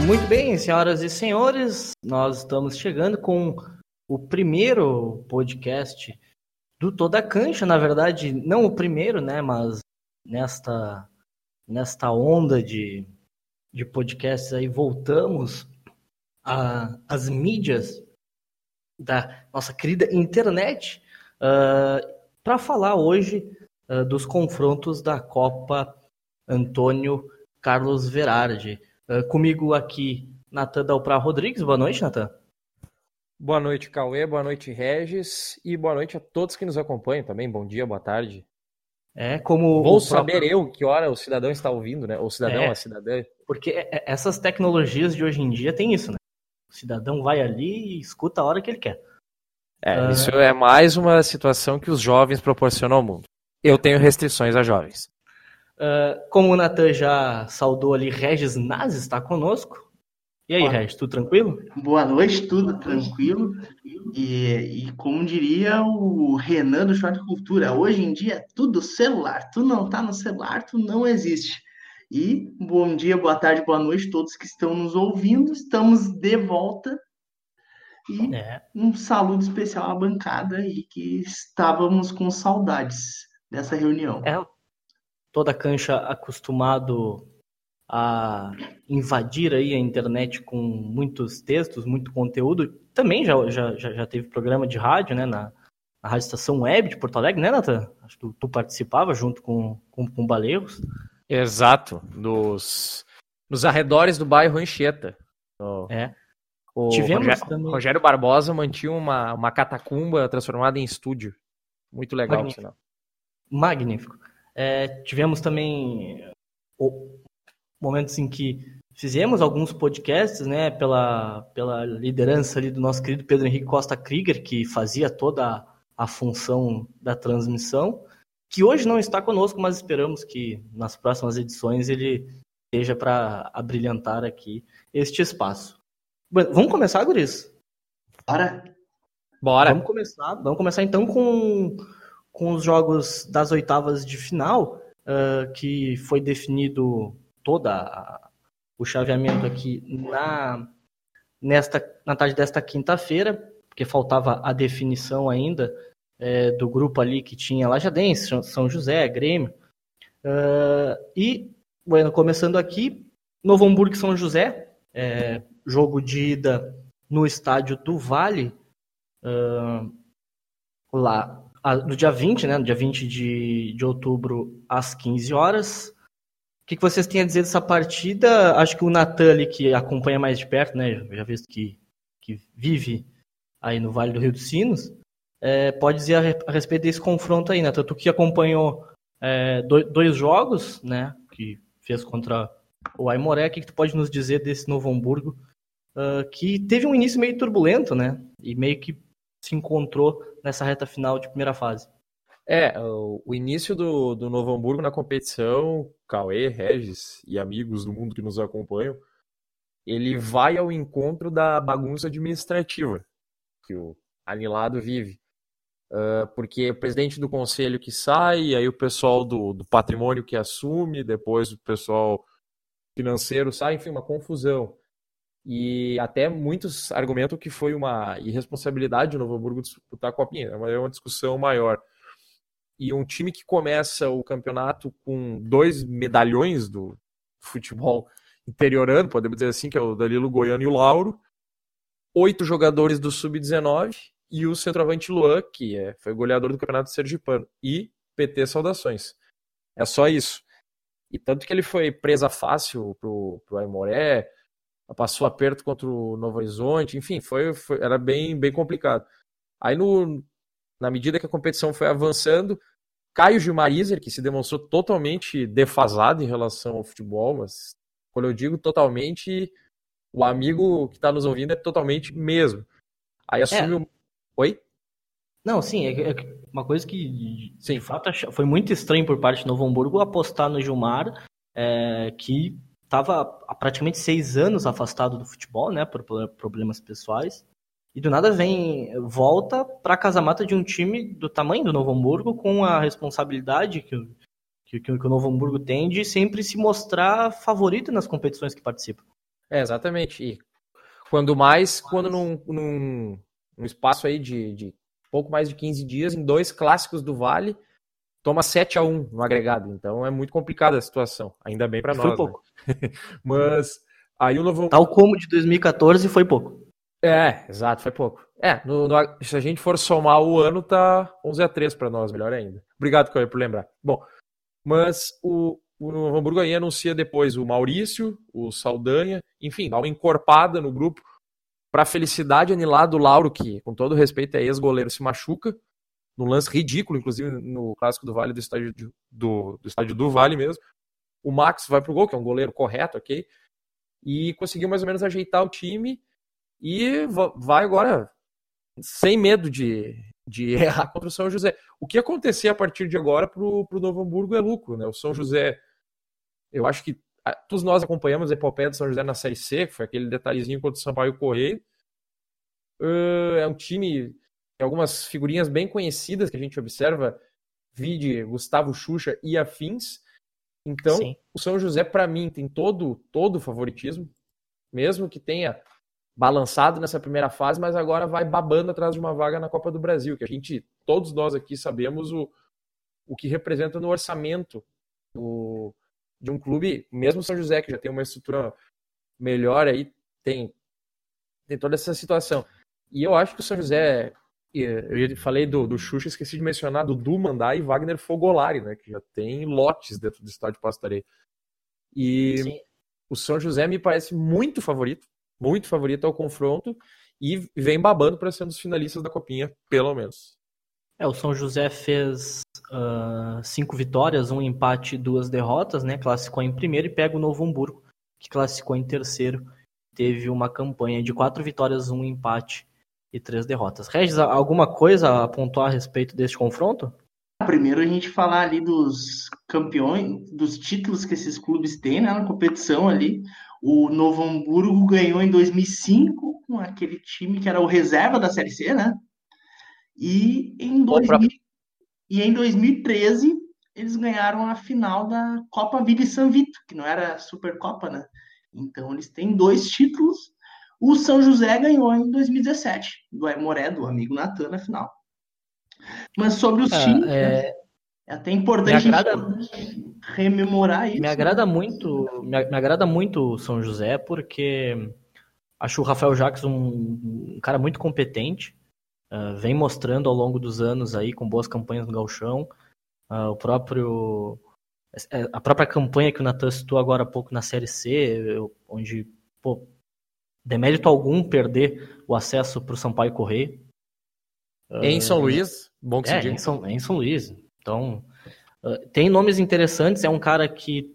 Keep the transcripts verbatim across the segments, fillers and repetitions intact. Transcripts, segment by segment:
Muito bem, senhoras e senhores, nós estamos chegando com o primeiro podcast do Toda a Cancha, na verdade, não o primeiro, né, mas nesta, nesta onda de, de podcasts aí voltamos às mídias da nossa querida internet uh, para falar hoje uh, dos confrontos da Copa Antônio Carlos Verardi. Uh, comigo aqui, Natan Dalprá Rodrigues. Boa noite, Natan. Boa noite, Cauê. Boa noite, Regis. E boa noite a todos que nos acompanham também. Bom dia, boa tarde. É, como Vou o saber próprio... eu que hora o cidadão está ouvindo, né? O cidadão, é, a cidadã. Porque essas tecnologias de hoje em dia tem isso, né? O cidadão vai ali e escuta a hora que ele quer. É, uh... isso é mais uma situação que os jovens proporcionam ao mundo. Eu tenho restrições a jovens. Uh, como o Natan já saudou ali, Regis Nazi está conosco. E aí, Boa. Regis, tudo tranquilo? Boa noite, tudo tranquilo. E, e como diria o Renan do Choque Cultura, hoje em dia é tudo celular. Tu não tá no celular, tu não existe. E bom dia, boa tarde, boa noite a todos que estão nos ouvindo. Estamos de volta. E é. um saludo especial à bancada aí, que estávamos com saudades dessa reunião. É, Toda a Cancha acostumado a invadir aí a internet com muitos textos, muito conteúdo. Também já, já, já teve programa de rádio, né, na, na Rádio Estação Web de Porto Alegre, né, Natan? Acho que tu, tu participava junto com, com, com o Baleiros. Exato, nos, nos arredores do bairro Anchieta. Oh. É. O Tivemos Rogério, também... Rogério Barbosa mantinha uma, uma catacumba transformada em estúdio. Muito legal. Magnífico. Magnífico. É, tivemos também momentos em que fizemos alguns podcasts, né, pela, pela liderança ali do nosso querido Pedro Henrique Costa Krieger, que fazia toda a, a função da transmissão, que hoje não está conosco, mas esperamos que nas próximas edições ele esteja para abrilhantar aqui este espaço. Bom, vamos começar, guris? Bora! Bora! Vamos começar, vamos começar então com... com os jogos das oitavas de final, uh, que foi definido todo o chaveamento aqui na, nesta, na tarde desta quinta-feira, porque faltava a definição ainda é, do grupo ali que tinha Lajadense, São José, Grêmio. Uh, e, bueno, começando aqui, Novo Hamburgo e São José, é, jogo de ida no estádio do Vale, uh, lá no dia vinte, né, no dia vinte de, de outubro, às quinze horas. O que, que vocês têm a dizer dessa partida? Acho que o Natan ali, que acompanha mais de perto, né, já visto que, que vive aí no Vale do Rio dos Sinos, é, pode dizer a, a respeito desse confronto aí, Natan. Tu que acompanhou é, dois, dois jogos, né, que fez contra o Aimoré, o que, que tu pode nos dizer desse Novo Hamburgo, uh, que teve um início meio turbulento, né, e meio que se encontrou nessa reta final de primeira fase? É, o, o início do, do Novo Hamburgo na competição, Cauê, Regis e amigos do mundo que nos acompanham, ele vai ao encontro da bagunça administrativa que o Anilado vive. Uh, porque o presidente do conselho que sai, aí o pessoal do, do patrimônio que assume, depois o pessoal financeiro sai, enfim, uma confusão. E até muitos argumentam que foi uma irresponsabilidade o Novo Hamburgo disputar a Copinha, é uma, é uma discussão maior. E um time que começa o campeonato com dois medalhões do futebol interiorano, podemos dizer assim, que é o Danilo Goiano e o Lauro, oito jogadores do sub dezenove e o centroavante Luan, que é, foi goleador do campeonato sergipano, e P T Saudações. É só isso. E tanto que ele foi presa fácil pro, pro Aimoré, passou aperto contra o Novo Horizonte, enfim, foi, foi, era bem, bem complicado. Aí, no, na medida que a competição foi avançando, Caio Gilmarizer, que se demonstrou totalmente defasado em relação ao futebol, mas quando eu digo totalmente, o amigo que está nos ouvindo é totalmente mesmo. Aí assume é. o... Oi? Não, sim, é, é uma coisa que sim. de fato foi muito estranho por parte do Novo Hamburgo apostar no Gilmar, é, que estava há praticamente seis anos afastado do futebol, né, por problemas pessoais, e do nada vem, volta para a casa-mata de um time do tamanho do Novo Hamburgo, com a responsabilidade que, que, que o Novo Hamburgo tem de sempre se mostrar favorito nas competições que participa. É, exatamente. E quando mais, quando num, num, num espaço aí de, de pouco mais de quinze dias, em dois clássicos do Vale, toma sete a um no agregado. Então é muito complicada a situação. Ainda bem para Foi nós, pouco. né? Mas aí o Novo... Tal como de dois mil e quatorze foi pouco. É, exato, foi pouco. É, no, no, se a gente for somar o ano, tá onze a três para nós, melhor ainda. Obrigado, Cauê, por lembrar. Bom, mas o, o Novo Hamburgo aí anuncia depois o Maurício, o Saldanha, enfim, dá uma encorpada no grupo para a felicidade anilar do Lauro, que, com todo respeito, é ex-goleiro, se machuca, num lance ridículo, inclusive no Clássico do Vale, do estádio do, do, do estádio do Vale mesmo. O Max vai pro gol, que é um goleiro correto, ok? E conseguiu mais ou menos ajeitar o time e vai agora sem medo de, de errar contra o São José. O que acontecer a partir de agora pro, pro Novo Hamburgo é lucro, né? O São José, eu acho que todos nós acompanhamos a epopeia do São José na Série C, que foi aquele detalhezinho contra o Sampaio Correia. Uh, é um time, tem algumas figurinhas bem conhecidas que a gente observa, vide Gustavo Xuxa e afins. Então, Sim. o São José, para mim, tem todo todo o favoritismo, mesmo que tenha balançado nessa primeira fase, mas agora vai babando atrás de uma vaga na Copa do Brasil, que a gente, todos nós aqui sabemos o, o que representa no orçamento do, de um clube, mesmo o São José, que já tem uma estrutura melhor aí, tem, tem toda essa situação. E eu acho que o São José, eu falei do, do Xuxa, esqueci de mencionar, do Du Mandai e Wagner Fogolari, né, que já tem lotes dentro do estádio Pasto Areia. E Sim. o São José me parece muito favorito, muito favorito ao confronto e vem babando para ser um dos finalistas da Copinha, pelo menos. É, o São José fez uh, cinco vitórias, um empate e duas derrotas, né? Classificou em primeiro e pega o Novo Hamburgo, que classificou em terceiro. Teve uma campanha de quatro vitórias, um empate e três derrotas. Regis, alguma coisa a pontuar a respeito deste confronto? Primeiro a gente falar ali dos campeões, dos títulos que esses clubes têm, né, na competição ali. O Novo Hamburgo ganhou em dois mil e cinco com aquele time que era o reserva da Série C, né? E em, dois mil, e em dois mil e treze eles ganharam a final da Copa Vila São Vito, que não era Supercopa, né? Então eles têm dois títulos. O São José ganhou em dois mil e dezessete, do Aimoré, do amigo Natan, na final. Mas sobre os é, times, é... né? É até importante agrada... a gente rememorar isso. Me agrada muito, me agrada muito o São José, porque acho o Rafael Jacques um, um cara muito competente, uh, vem mostrando ao longo dos anos aí com boas campanhas no Gauchão, uh, o próprio a própria campanha que o Natan citou agora há pouco na Série C, onde, pô, demérito algum perder o acesso para o Sampaio Correia. Em São uh, Luís, bom que é, se diga. Em São, em São Luís. Então, uh, tem nomes interessantes, é um cara que,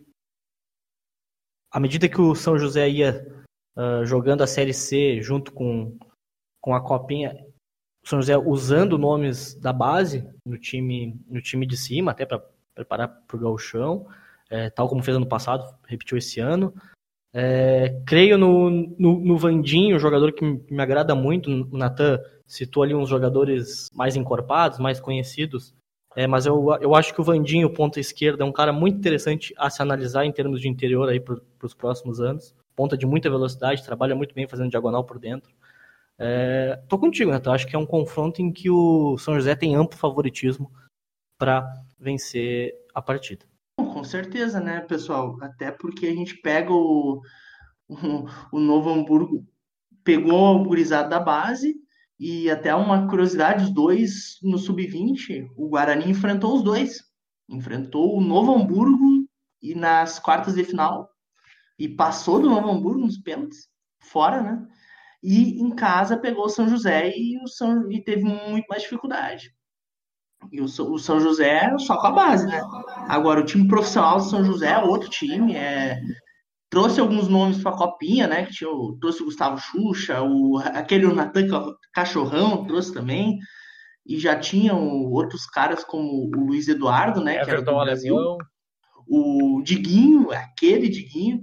à medida que o São José ia uh, jogando a Série C junto com, com a Copinha, o São José usando nomes da base no time, no time de cima, até para preparar para o Gauchão, é, tal como fez ano passado, repetiu esse ano. É, creio no, no, no Vandinho, um jogador que me, me agrada muito. O Natan citou ali uns jogadores mais encorpados, mais conhecidos, é, mas eu, eu acho que o Vandinho, ponta esquerda, é um cara muito interessante a se analisar em termos de interior aí para os próximos anos. Ponta de muita velocidade, trabalha muito bem fazendo diagonal por dentro. É, tô contigo, Natan. Acho que é um confronto em que o São José tem amplo favoritismo para vencer a partida. Com certeza, né, pessoal? Até porque a gente pega o, o, o Novo Hamburgo, pegou o gurizado da base, e até uma curiosidade, os dois no sub vinte, o Guarani enfrentou os dois. Enfrentou o Novo Hamburgo e nas quartas de final, e passou do Novo Hamburgo nos pênaltis, fora, né? E em casa pegou o São José e, o São, e teve muito mais dificuldade. E o, o São José só com a base, né? Agora, o time profissional do São José é outro time, é... trouxe alguns nomes para a Copinha, né? Que tinha o... trouxe o Gustavo Xuxa, o... aquele Natan Cachorrão trouxe também, e já tinham outros caras como o Luiz Eduardo, né? Que era do Brasil, Alemão. O Diguinho, aquele Diguinho,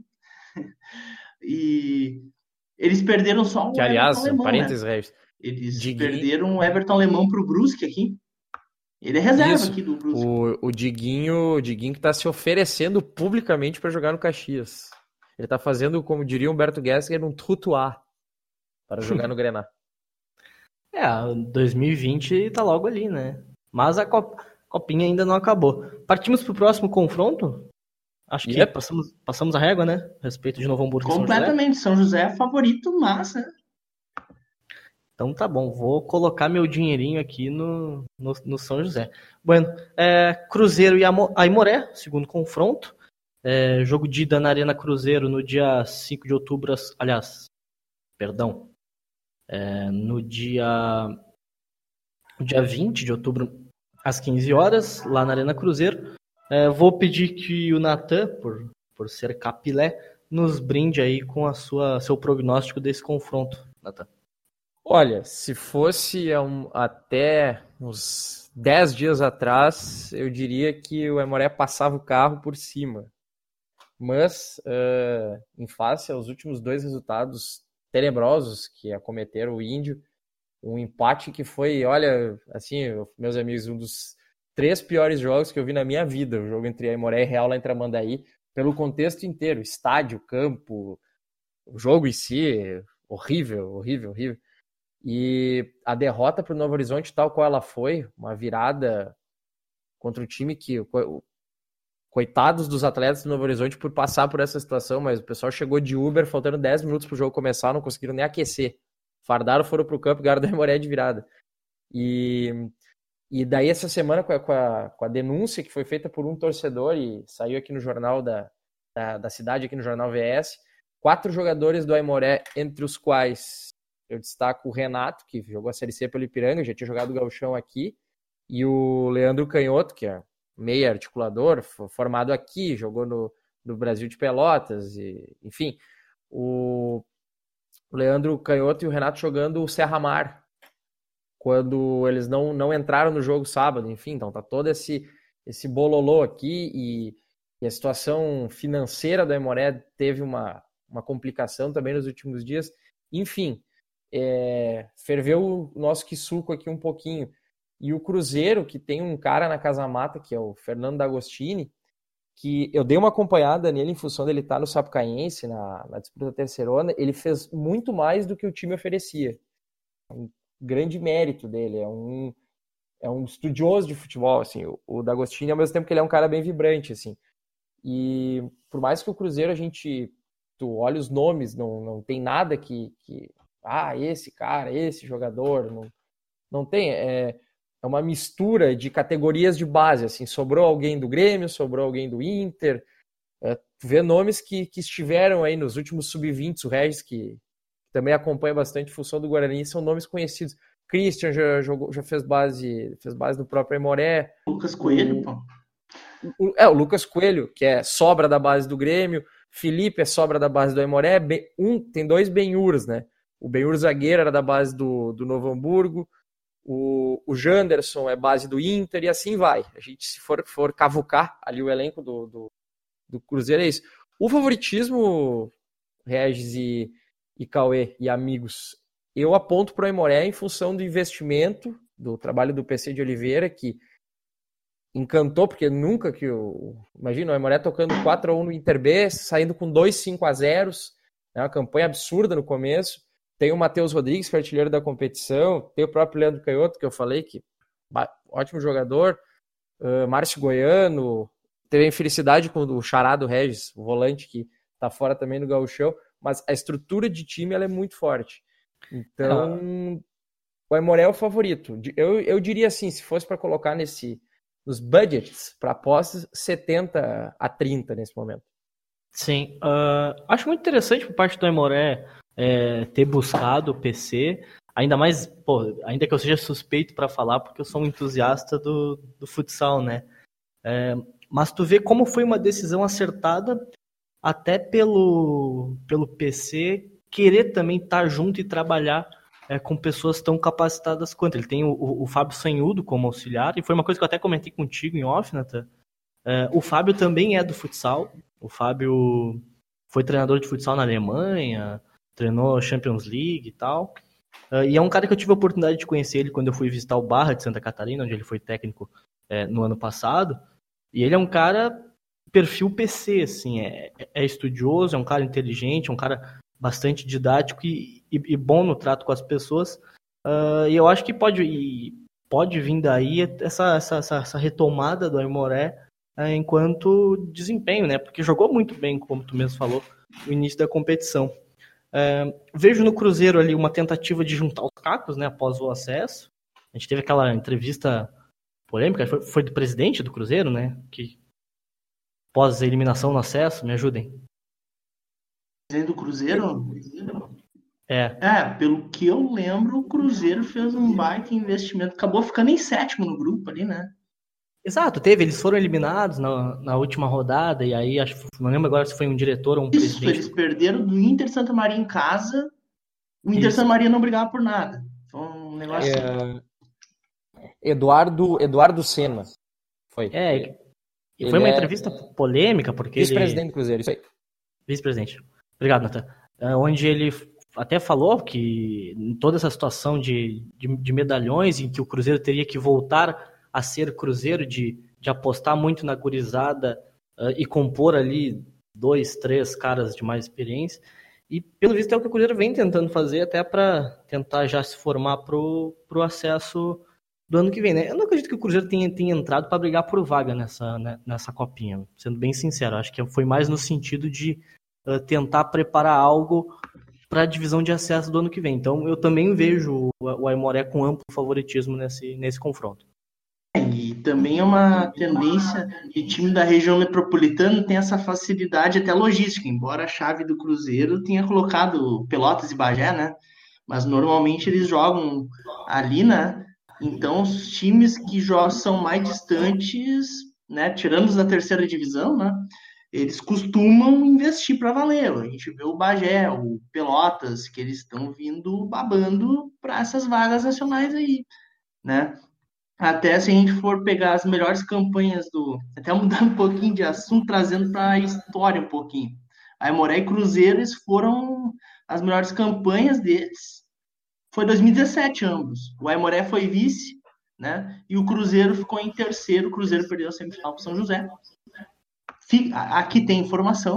e eles perderam só o que, aliás, Everton Alemão, parênteses, né? Regis. Eles Diguinho... perderam o Everton Alemão pro Brusque aqui. Ele é reserva Isso. aqui do Brusque. O, o Diguinho, o Diguinho que tá se oferecendo publicamente para jogar no Caxias. Ele tá fazendo, como diria Humberto Gessinger, um trutuá para jogar no Grenal. É, dois mil e vinte tá logo ali, né? Mas a Cop- Copinha ainda não acabou. Partimos pro próximo confronto? Acho que Yep. passamos, passamos a régua, né? A respeito de Novo Hamburgo e São José. Completamente. São José é favorito, mas, né? Então tá bom, vou colocar meu dinheirinho aqui no, no, no São José. Bueno, é, Cruzeiro e Amo- Aimoré, segundo confronto. É, jogo de ida na Arena Cruzeiro no dia cinco de outubro, às- aliás, perdão, é, no dia, no dia vinte de outubro, às quinze horas, lá na Arena Cruzeiro. É, vou pedir que o Natan, por, por ser capilé, nos brinde aí com a sua, seu prognóstico desse confronto, Natan. Olha, se fosse há um- até uns dez dias atrás, eu diria que o Aimoré passava o carro por cima. Mas, eh, em face aos últimos dois resultados tenebrosos que acometeram o Índio, um empate que foi, olha, assim, eu- meus amigos, um dos três piores jogos que eu vi na minha vida, o jogo entre Aimoré e Real lá em Tramandaí, pelo contexto inteiro, estádio, campo, o jogo em si, horrível, horrível, horrível. E a derrota para o Novo Horizonte, tal qual ela foi, uma virada contra um time que, co- coitados dos atletas do Novo Horizonte por passar por essa situação, mas o pessoal chegou de Uber, faltando dez minutos para o jogo começar, não conseguiram nem aquecer. Fardaram, foram para o campo e ganharam da Aimoré de virada. E, e daí essa semana, com a, com, a, com a denúncia que foi feita por um torcedor e saiu aqui no jornal da, da, da cidade, aqui no jornal V S, quatro jogadores do Aimoré, entre os quais eu destaco o Renato, que jogou a Série C pelo Ipiranga, já tinha jogado o Gauchão aqui, e o Leandro Canhoto, que é meia articulador, formado aqui, jogou no, no Brasil de Pelotas, e, enfim, o, o Leandro Canhoto e o Renato jogando o Serra Mar, quando eles não, não entraram no jogo sábado, enfim, então tá todo esse, esse bololô aqui, e, e a situação financeira do Aimoré teve uma, uma complicação também nos últimos dias, enfim, é, ferveu o nosso Kisuko aqui um pouquinho. E o Cruzeiro, que tem um cara na Casa Mata, que é o Fernando D'Agostini, que eu dei uma acompanhada nele em função dele estar no Sapucaense, na, na disputa terceirona, ele fez muito mais do que o time oferecia. Um grande mérito dele, é um, é um estudioso de futebol, assim, o, o D'Agostini, ao mesmo tempo que ele é um cara bem vibrante, assim. E por mais que o Cruzeiro, a gente, tu olha os nomes, não, não tem nada que, que ah, esse cara, esse jogador, não, não tem, é, é uma mistura de categorias de base, assim, sobrou alguém do Grêmio, sobrou alguém do Inter, é, tu vê nomes que, que estiveram aí nos últimos sub vinte, o Regis, que também acompanha bastante a função do Guarani, são nomes conhecidos. Christian já, jogou, já fez base, fez base no próprio Aimoré. Lucas Coelho, o, pô. o, é, o Lucas Coelho, que é sobra da base do Grêmio, Felipe é sobra da base do Aimoré, um, tem dois Benhurs, né? O Benhur zagueiro era da base do, do Novo Hamburgo, o, o Janderson é base do Inter, e assim vai. A gente, se for, for cavucar ali o elenco do, do, do Cruzeiro, é isso. O favoritismo, Regis e, e Cauê e amigos, eu aponto para o Aimoré em função do investimento, do trabalho do P C de Oliveira, que encantou, porque nunca que o... Imagina, o Aimoré tocando quatro a um no Inter B, saindo com dois cinco a zero, né, uma campanha absurda no começo. Tem o Matheus Rodrigues, que é artilheiro da competição, tem o próprio Leandro Canhoto, que eu falei, que ótimo jogador, uh, Márcio Goiano, teve a infelicidade com o Xará do Regis, o volante, que tá fora também no gauchão, mas a estrutura de time ela é muito forte. Então, é. O Aimoré é o favorito. Eu, eu diria assim, se fosse para colocar nesse, nos budgets para apostas, setenta a trinta nesse momento. Sim, uh, acho muito interessante por parte do Aimoré é, ter buscado o P C, ainda mais, pô, ainda que eu seja suspeito para falar, porque eu sou um entusiasta do, do futsal, né? É, mas tu vê como foi uma decisão acertada, até pelo, pelo P C querer também estar junto e trabalhar é, com pessoas tão capacitadas quanto. Ele tem o, o, o Fábio Sanhudo como auxiliar, e foi uma coisa que eu até comentei contigo em off, Nathan. É, o Fábio também é do futsal. O Fábio foi treinador de futsal na Alemanha, treinou Champions League e tal. Uh, e é um cara que eu tive a oportunidade de conhecer ele quando eu fui visitar o Barra de Santa Catarina, onde ele foi técnico é, no ano passado. E ele é um cara perfil P C, assim, é, é estudioso, é um cara inteligente, é um cara bastante didático e, e, e bom no trato com as pessoas, uh, e eu acho que pode, e pode vir daí essa, essa, essa, essa retomada do Aimoré uh, enquanto desempenho, né, porque jogou muito bem, como tu mesmo falou, no início da competição. Uh, vejo no Cruzeiro ali uma tentativa de juntar os cacos, né, após o acesso. A gente teve aquela entrevista polêmica, foi, foi do presidente do Cruzeiro, né, que pós a eliminação no acesso, me ajudem. Presidente do Cruzeiro? É. É, pelo que eu lembro, o Cruzeiro fez um baita investimento, acabou ficando em sétimo no grupo ali, né? Exato, teve, eles foram eliminados na, na última rodada, e aí, acho, não lembro agora se foi um diretor ou um Isso, presidente. eles perderam do Inter Santa Maria em casa, o Inter Isso. Santa Maria não brigava por nada. Foi um negócio assim. É... Eduardo, Eduardo Senna. Foi. É, e Ele foi uma é entrevista polêmica, porque ele... vice-presidente do Cruzeiro, isso aí. Vice-presidente. Obrigado, Nathan. É, onde ele até falou que em toda essa situação de, de, de medalhões, em que o Cruzeiro teria que voltar a ser Cruzeiro, de, de apostar muito na gurizada uh, e compor ali dois, três caras de mais experiência. E, pelo visto, é o que o Cruzeiro vem tentando fazer até para tentar já se formar para o acesso do ano que vem, né? Eu não acredito que o Cruzeiro tenha, tenha entrado para brigar por vaga nessa, né, nessa copinha, sendo bem sincero. Acho que foi mais no sentido de uh, tentar preparar algo para a divisão de acesso do ano que vem. Então, eu também vejo o, o Aimoré com amplo favoritismo nesse, nesse confronto. E também é uma tendência de time da região metropolitana tem essa facilidade até logística, embora a chave do Cruzeiro tenha colocado Pelotas e Bagé, né? Mas normalmente eles jogam ali, né? Então os times que jogam são mais distantes, né? Tirando os da terceira divisão, né? Eles costumam investir para valer. A gente vê o Bagé, o Pelotas, que eles estão vindo babando para essas vagas nacionais aí, né? Até se a gente for pegar as melhores campanhas do... Até mudando um pouquinho de assunto, trazendo para a história um pouquinho. A Aimoré e Cruzeiro foram as melhores campanhas deles. Foi dois mil e dezessete ambos. O Aimoré foi vice, né? E o Cruzeiro ficou em terceiro. O Cruzeiro perdeu a semifinal para o São José. Aqui tem informação.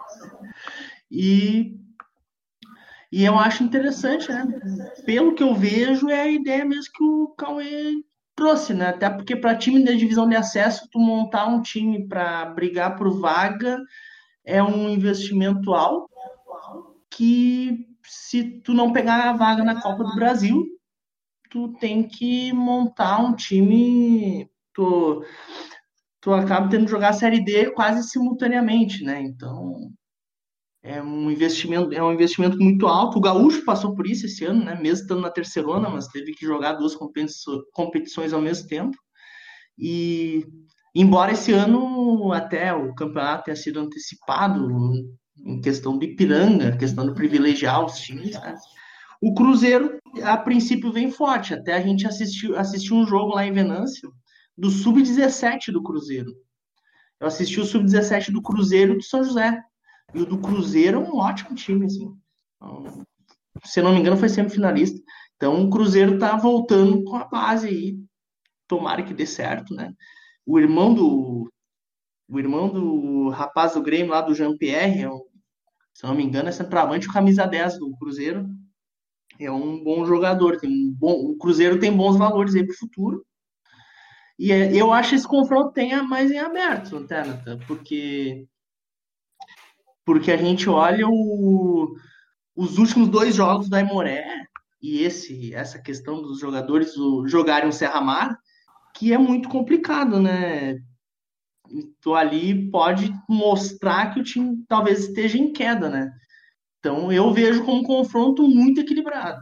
E... E eu acho interessante, né? Pelo que eu vejo, é a ideia mesmo que o Cauê trouxe, né? Até porque para time da divisão de acesso, tu montar um time para brigar por vaga é um investimento alto que, se tu não pegar a vaga na Copa do Brasil, tu tem que montar um time, tu, tu acaba tendo que jogar a Série D quase simultaneamente, né? Então é um investimento, é um investimento muito alto. O Gaúcho passou por isso esse ano, né? Mesmo estando na terceirona, mas teve que jogar duas competições ao mesmo tempo. E embora esse ano até o campeonato tenha sido antecipado em questão do Ipiranga, questão de privilegiar os times, né? O Cruzeiro, a princípio, vem forte. Até a gente assistiu, assistiu um jogo lá em Venâncio do sub dezessete do Cruzeiro. Eu assisti o sub dezessete do Cruzeiro do São José. E o do Cruzeiro é um ótimo time, assim. Então, se eu não me engano, foi semifinalista. Então, o Cruzeiro tá voltando com a base aí. Tomara que dê certo, né? O irmão do... O irmão do rapaz do Grêmio lá, do Jean-Pierre, é um, se eu não me engano, é centroavante, o camisa dez do Cruzeiro. É um bom jogador. Tem um bom, o Cruzeiro tem bons valores aí pro futuro. E é, eu acho que esse confronto tenha mais em aberto, até, Nathan, porque... Porque a gente olha o, os últimos dois jogos da Aimoré e esse, essa questão dos jogadores o, jogarem o Serra-Mar, que é muito complicado, né? Então ali pode mostrar que o time talvez esteja em queda, né? Então eu vejo como um confronto muito equilibrado.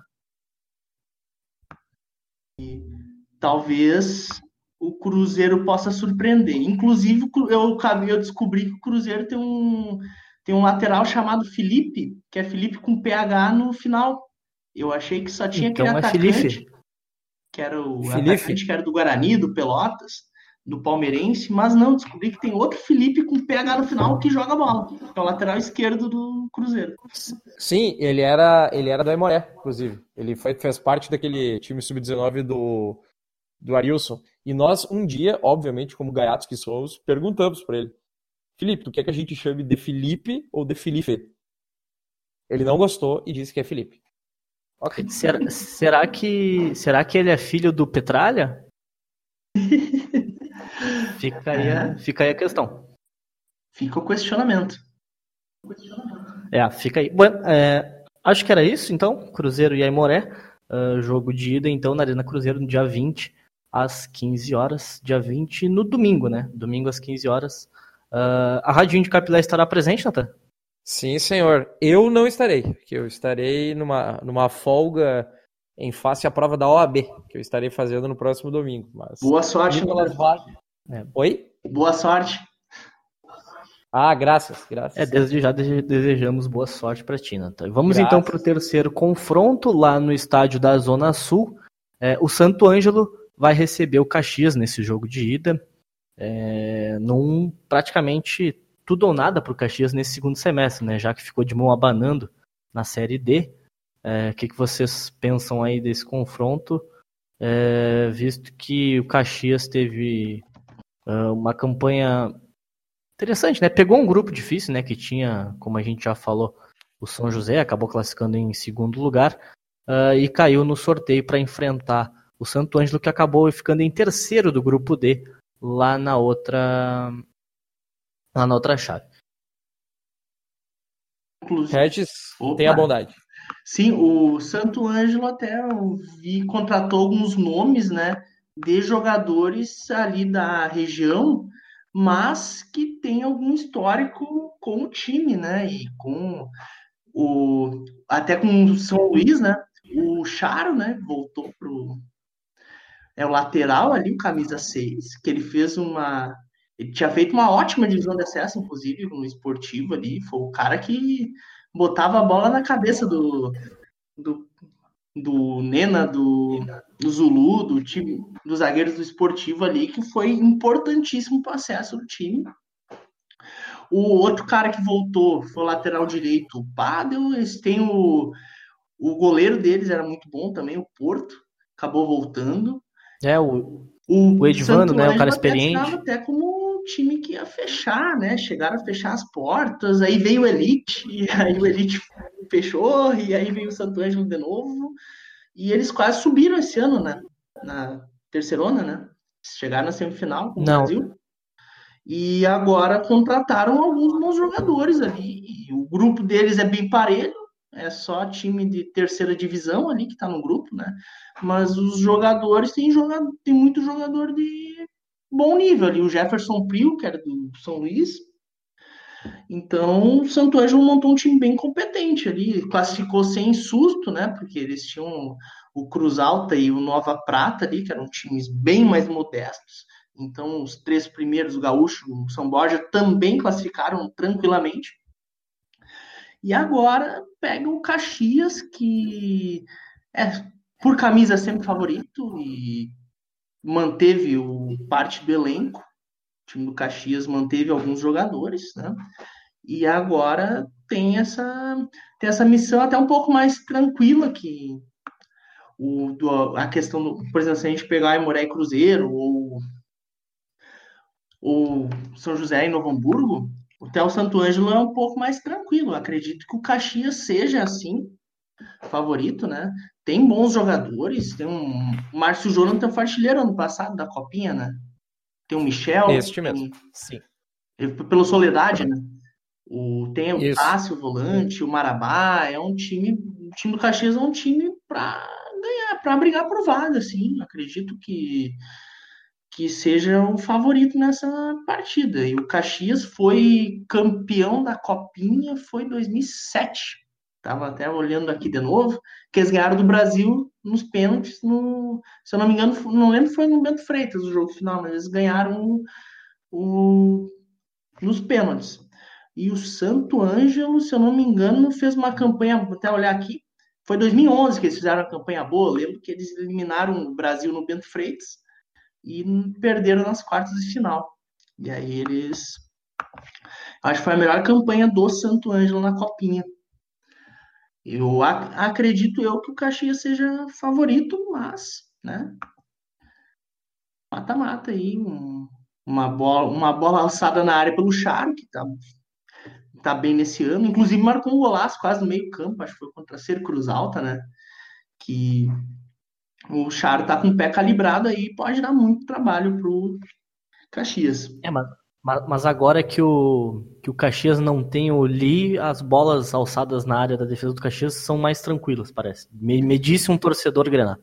E talvez o Cruzeiro possa surpreender. Inclusive, eu, eu descobri que o Cruzeiro tem um... Tem um lateral chamado Felipe, que é Felipe com P H no final. Eu achei que só tinha então aquele é atacante, Felipe. que era o Felipe. atacante que era do Guarani, do Pelotas, do Palmeirense, mas não, descobri que tem outro Felipe com P H no final que joga bola, que é o lateral esquerdo do Cruzeiro. Sim, ele era, ele era do Aimoré, inclusive. Ele foi, fez parte daquele time sub dezenove do, do Arilson. E nós, um dia, obviamente, como gaiatos que somos, perguntamos para ele: Felipe, tu quer que a gente chame de Felipe ou de Felipe? Ele não gostou e disse que é Felipe. Ok. Será, será que será que ele é filho do Petralha? Fica aí, a, É, fica aí a questão. fica o questionamento. É, fica aí. Bueno, é, acho que era isso, então. Cruzeiro e Aimoré. Uh, jogo de ida, então, na Arena Cruzeiro, no dia vinte, às quinze horas. Dia vinte, no domingo, né? Domingo às quinze horas. Uh, a Rádio de Capilé estará presente, Nathan? Sim, senhor. Eu não estarei, porque eu estarei numa, numa folga em face à prova da O A B, que eu estarei fazendo no próximo domingo. Mas Boa sorte, Nicolas Nathan. Vale. É. Oi? Boa sorte. Ah, graças, É, graças. desde já dese- desejamos boa sorte para ti, Nathan. Vamos Graças. então para o terceiro confronto lá no estádio da Zona Sul. É, o Santo Ângelo vai receber o Caxias nesse jogo de ida. É, num praticamente tudo ou nada para o Caxias nesse segundo semestre, né? Já que ficou de mão abanando na Série D. É, o que, que vocês pensam aí desse confronto? É, visto que o Caxias teve uh, uma campanha interessante, né? Pegou um grupo difícil, né? Que tinha, como a gente já falou, o São José, acabou classificando em segundo lugar uh, e caiu no sorteio para enfrentar o Santo Ângelo, que acabou ficando em terceiro do grupo D, lá na outra, lá na outra chave. Inclusive, Regis, opa. tenha bondade. Sim, o Santo Ângelo até eu vi, contratou alguns nomes, né, de jogadores ali da região, mas que tem algum histórico com o time, né, e com o até com o São Luís, né, o Charo, né, voltou pro é o lateral ali, o camisa seis, que ele fez uma ele tinha feito uma ótima divisão de acesso, inclusive, no esportivo ali, foi o cara que botava a bola na cabeça do do, do Nena, do, do Zulu, do time, dos zagueiros do esportivo ali, que foi importantíssimo para o acesso do time. O outro cara que voltou foi o lateral direito, o Padel. Eles têm o, o goleiro deles, era muito bom também, o Porto, acabou voltando. É, o, o O Edvando, Santo né? O cara Ângelo até estava experiente. até como um time que ia fechar, né? Chegaram a fechar as portas, aí veio o Elite, e aí o Elite fechou, e aí veio o Santo Ângelo de novo. E eles quase subiram esse ano, né? Na terceirona, né? Chegaram na semifinal com o Não, Brasil. E agora contrataram alguns bons jogadores ali. E o grupo deles é bem parelho. É só time de terceira divisão ali que tá no grupo, né? Mas os jogadores tem, jogador, tem muito jogador de bom nível ali. O Jefferson Prio, que era do São Luís. Então, o Santo Ângelo montou um time bem competente ali, classificou sem susto, né? Porque eles tinham o Cruz Alta e o Nova Prata ali, que eram times bem mais modestos. Então, os três primeiros, o Gaúcho e o São Borja, também classificaram tranquilamente. E agora pega o Caxias, que é por camisa sempre favorito e manteve o parte do elenco. O time do Caxias manteve alguns jogadores, né? E agora tem essa, tem essa missão até um pouco mais tranquila que o, do, a questão do, por exemplo, se a gente pegar Aimoré e Cruzeiro ou, ou São José e Novo Hamburgo, até o Santo Ângelo é um pouco mais tranquilo. Eu acredito que o Caxias seja assim, favorito, né? Tem bons jogadores, tem um o Márcio Jonathan foi artilheiro ano passado da Copinha, né? Tem o Michel, Este mesmo. tem, Sim. pelo Soledade, né? O, tem o Isso. Tássio, o volante, o Marabá, é um time, o time do Caxias é um time para ganhar, para brigar por vaga, assim. Acredito que, que seja o favorito nessa partida. E o Caxias foi campeão da Copinha, foi em dois mil e sete. Tava até olhando aqui de novo, que eles ganharam do Brasil nos pênaltis, no, se eu não me engano, não lembro se foi no Bento Freitas o jogo final, mas eles ganharam o, nos pênaltis. E o Santo Ângelo, se eu não me engano, fez uma campanha, vou até olhar aqui, foi dois mil e onze que eles fizeram a campanha boa. Eu lembro que eles eliminaram o Brasil no Bento Freitas e perderam nas quartas de final. E aí eles. Acho que foi a melhor campanha do Santo Ângelo na Copinha. Eu ac- acredito eu que o Caxias seja favorito, mas, né? Mata-mata aí. Um, Uma bola, uma bola alçada na área pelo Charo, que tá, tá bem nesse ano. Inclusive marcou um golaço quase no meio campo, acho que foi contra a Ser Cruz Alta, né? Que o Charo tá com o pé calibrado aí e pode dar muito trabalho pro Caxias. É, mas, mas mas agora que o, que o Caxias não tem o Lee, as bolas alçadas na área da defesa do Caxias são mais tranquilas, parece. Me, me disse um torcedor grená.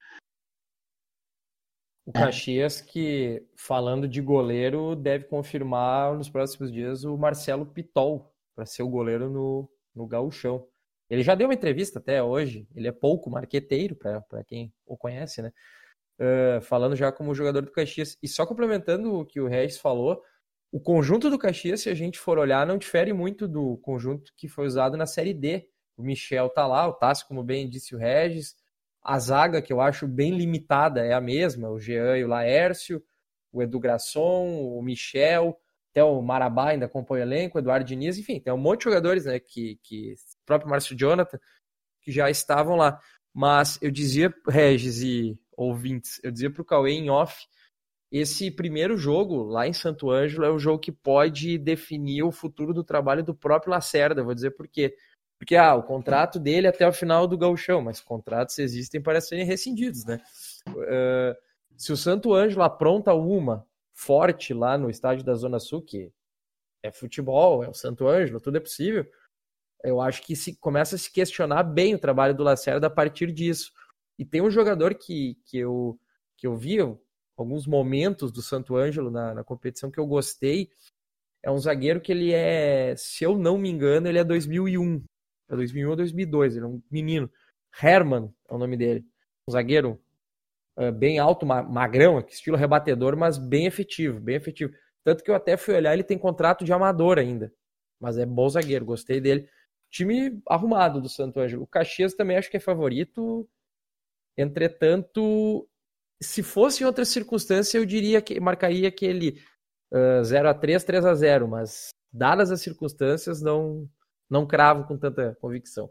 O Caxias que, falando de goleiro, deve confirmar nos próximos dias o Marcelo Pitol para ser o goleiro no, no Gauchão. Ele já deu uma entrevista até hoje, ele é pouco marqueteiro, para quem o conhece, né? Uh, falando já como jogador do Caxias. E só complementando o que o Regis falou, o conjunto do Caxias, se a gente for olhar, não difere muito do conjunto que foi usado na Série D. O Michel tá lá, o Tássio, como bem disse o Regis, a zaga, que eu acho bem limitada, é a mesma, o Jean e o Laércio, o Edu Grasson, o Michel, até o Marabá ainda acompanha o elenco, o Eduardo Diniz, enfim, tem um monte de jogadores, né, que, que o próprio Márcio Jonathan, que já estavam lá. Mas eu dizia, Regis e ouvintes, eu dizia pro Cauê em off, esse primeiro jogo lá em Santo Ângelo é o jogo que pode definir o futuro do trabalho do próprio Lacerda, vou dizer por quê. Porque ah, o contrato dele é até o final do Gauchão, mas contratos existem para serem rescindidos, né? Uh, se o Santo Ângelo apronta uma forte lá no estádio da Zona Sul, que é futebol, é o Santo Ângelo, tudo é possível, eu acho que se começa a se questionar bem o trabalho do Lacerda a partir disso. E tem um jogador que, que, eu, que eu vi alguns momentos do Santo Ângelo na, na competição que eu gostei. É um zagueiro que ele é, se eu não me engano, ele é dois mil e um. É dois mil e um ou dois mil e dois, ele é um menino. Herman é o nome dele. Um zagueiro uh, bem alto, magrão, estilo rebatedor, mas bem efetivo, bem efetivo. Tanto que eu até fui olhar, ele tem contrato de amador ainda. Mas é bom zagueiro, gostei dele. Time arrumado do Santo Ângelo. O Caxias também acho que é favorito. Entretanto, se fosse em outra circunstância, eu diria que marcaria aquele uh, zero a três, três a zero, mas dadas as circunstâncias, não, não cravo com tanta convicção.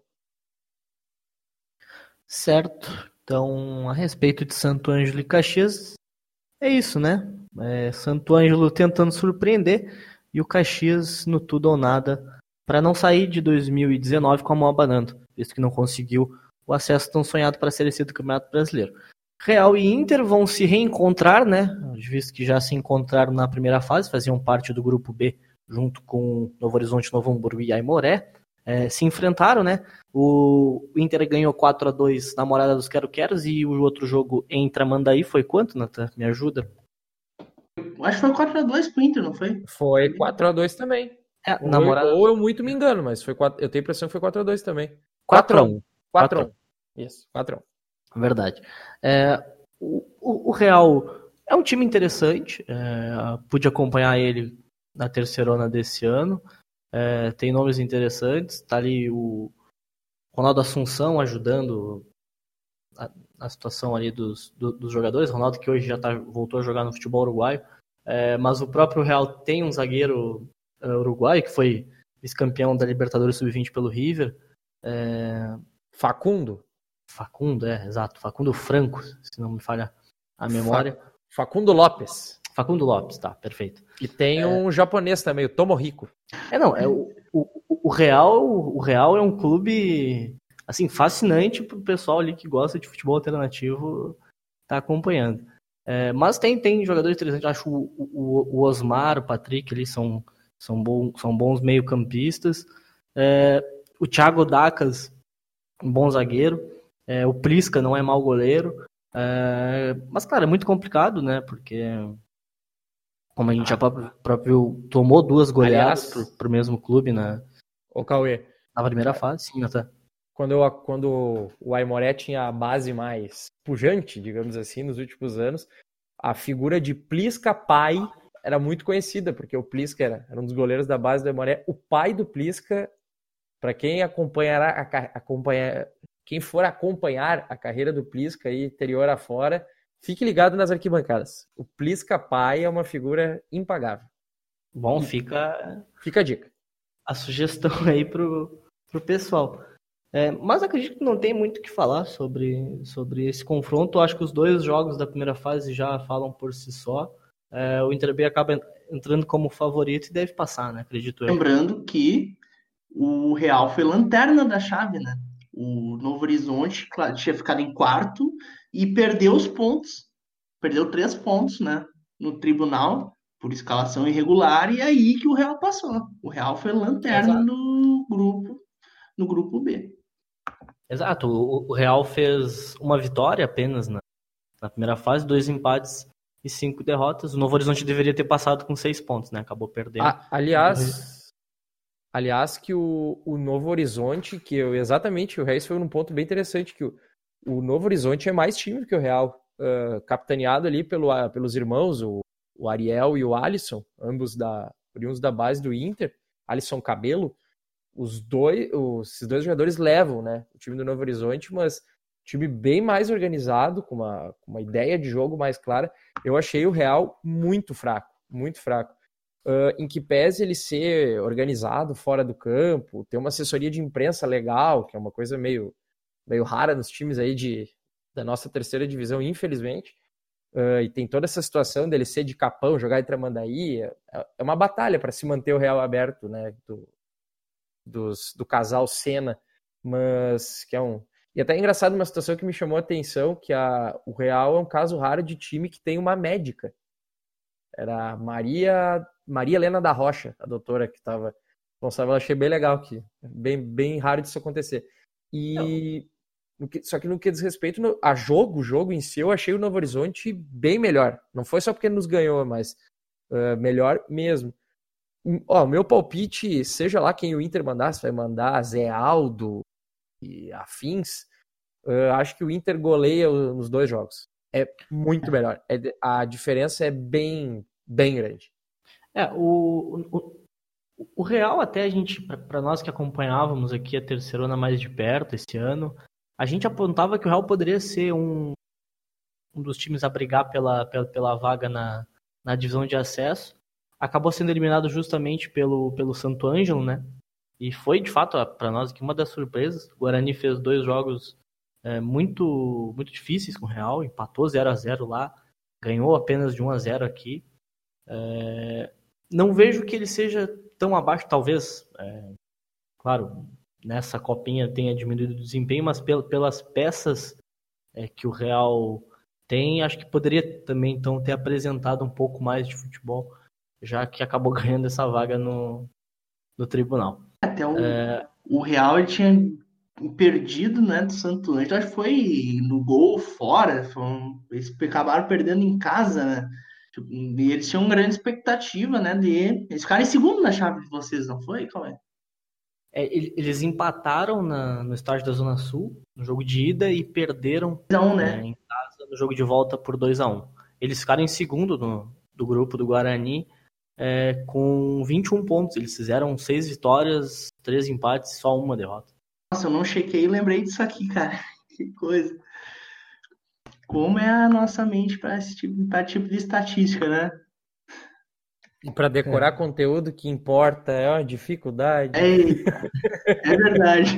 Certo. Então, a respeito de Santo Ângelo e Caxias, é isso, né? É Santo Ângelo tentando surpreender e o Caxias no tudo ou nada para não sair de dois mil e dezenove com a mão abanando, visto que não conseguiu o acesso tão sonhado para a Série C do Campeonato Brasileiro. Real e Inter vão se reencontrar, né? Visto que já se encontraram na primeira fase, faziam parte do grupo B, junto com Novo Horizonte, Novo Hamburgo e Aimoré. É, se enfrentaram, né? O Inter ganhou quatro a dois na Morada dos Quero-Queros e o outro jogo em Tramandaí foi quanto, Nathan? Me ajuda? Acho que foi quatro a dois pro Inter, não foi? Foi quatro a dois também. É, ou, na Morada... eu, ou eu muito me engano, mas foi quatro, eu tenho a impressão que foi quatro a dois também. quatro a um. quatro a um. Isso, quatro a um. Verdade. É, o, o, o Real é um time interessante. É, pude acompanhar ele na terceirona desse ano. É, tem nomes interessantes. Tá ali o Ronaldo Assunção ajudando a, a situação ali dos, do, dos jogadores. Ronaldo que hoje já tá, voltou a jogar no futebol uruguaio. É, mas o próprio Real tem um zagueiro uh, uruguaio que foi vice-campeão da Libertadores sub vinte pelo River. É... Facundo? Facundo, é, exato. Facundo Franco, se não me falha a memória. Facundo Lopes. Facundo Lopes, tá, perfeito. E tem é... um japonês também, o Tomohiko. É, não, é o, o, o, Real, o Real é um clube, assim, fascinante pro pessoal ali que gosta de futebol alternativo tá acompanhando. É, mas tem, tem jogadores interessantes, acho o, o, o Osmar, o Patrick ali são, são, bom, são bons meio-campistas. É, o Thiago Dacas, um bom zagueiro. É, o Pliska não é mau goleiro. É, mas, claro, é muito complicado, né? Porque, como a gente já próprio, próprio tomou duas goleadas Aliás, pro, pro mesmo clube na, ô Cauê, na primeira fase, sim, Nathan. Quando, eu, quando o Aimoré tinha a base mais pujante, digamos assim, nos últimos anos, a figura de Pliska pai era muito conhecida, porque o Pliska era, era um dos goleiros da base do Aimoré. O pai do Pliska, para quem acompanhará, acompanhar, quem for acompanhar a carreira do Pliska aí, interior afora, fique ligado nas arquibancadas. O Pliska pai é uma figura impagável. Bom, fica, fica a dica. A sugestão aí pro, pro pessoal. É, mas acredito que não tem muito o que falar sobre, sobre esse confronto. Eu acho que os dois jogos da primeira fase já falam por si só. é, o Inter B acaba entrando como favorito e deve passar, né? Acredito eu. Lembrando que o Real foi lanterna da chave, né? O Novo Horizonte claro, tinha ficado em quarto e perdeu os pontos. Perdeu três pontos, né? No tribunal, por escalação irregular, e aí que o Real passou. O Real foi lanterna Exato. do grupo, no grupo B. Exato. O, o Real fez uma vitória apenas na, na primeira fase, dois empates e cinco derrotas. O Novo Horizonte deveria ter passado com seis pontos, né? Acabou perdendo. Ah, aliás, aliás, que o, o Novo Horizonte, que eu, exatamente, o Reis foi num ponto bem interessante, que o, o Novo Horizonte é mais time que o Real, uh, capitaneado ali pelo, uh, pelos irmãos, o, o Ariel e o Alisson, ambos da, oriundos da base do Inter, Alisson Cabelo, os dois, os, esses dois jogadores levam, né, o time do Novo Horizonte, mas time bem mais organizado, com uma, com uma ideia de jogo mais clara. Eu achei o Real muito fraco, muito fraco. Uh, em que pese ele ser organizado fora do campo, ter uma assessoria de imprensa legal, que é uma coisa meio, meio rara nos times aí de, da nossa terceira divisão, infelizmente, uh, e tem toda essa situação dele ser de capão, jogar em Tramandaí, é, é uma batalha para se manter o Real aberto, né, do, dos, do casal Senna, mas que é um... E até é engraçado uma situação que me chamou a atenção, que a, o Real é um caso raro de time que tem uma médica. Era Maria Maria Helena da Rocha, a doutora que estava responsável. Eu achei bem legal, que bem, bem raro disso acontecer. E no que, só que no que diz respeito no, a jogo, o jogo em si, eu achei o Novo Horizonte bem melhor. Não foi só porque nos ganhou, mas uh, melhor mesmo. Ó, meu palpite, seja lá quem o Inter mandar, se vai mandar Zé Aldo e afins, uh, acho que o Inter goleia nos dois jogos. É muito melhor. É, a diferença é bem, bem grande. É, o, o, o Real até a gente, para nós que acompanhávamos aqui a Terceirona mais de perto esse ano, a gente apontava que o Real poderia ser um, um dos times a brigar pela, pela, pela vaga na, na divisão de acesso. Acabou sendo eliminado justamente pelo, pelo Santo Ângelo, né? E foi, de fato, para nós aqui uma das surpresas. O Guarani fez dois jogos é, muito, muito difíceis com o Real, empatou zero a zero lá, ganhou apenas de um a zero aqui. É, não vejo que ele seja tão abaixo, talvez, é, claro, nessa copinha tenha diminuído o desempenho, mas pel, pelas peças é, que o Real tem, acho que poderia também então ter apresentado um pouco mais de futebol, já que acabou ganhando essa vaga no, no tribunal. Até o, é... o Real ele tinha perdido, né, do Santo Ângelo, acho que foi no gol fora, foi um, eles acabaram perdendo em casa, né? E eles tinham uma grande expectativa, né, de eles ficaram em segundo na chave de vocês, não foi, Cauê? É, eles empataram na, no estádio da Zona Sul, no jogo de ida, e perderam não, né? é, em casa no jogo de volta por dois a um. Eles ficaram em segundo no, do grupo do Guarani, é, com vinte e um pontos. Eles fizeram seis vitórias, três empates, só uma derrota. Nossa, eu não chequei e lembrei disso aqui, cara. Que coisa. Como é a nossa mente para esse tipo, para tipo de estatística, né? E para decorar é. conteúdo que importa é uma dificuldade. Eita, é verdade.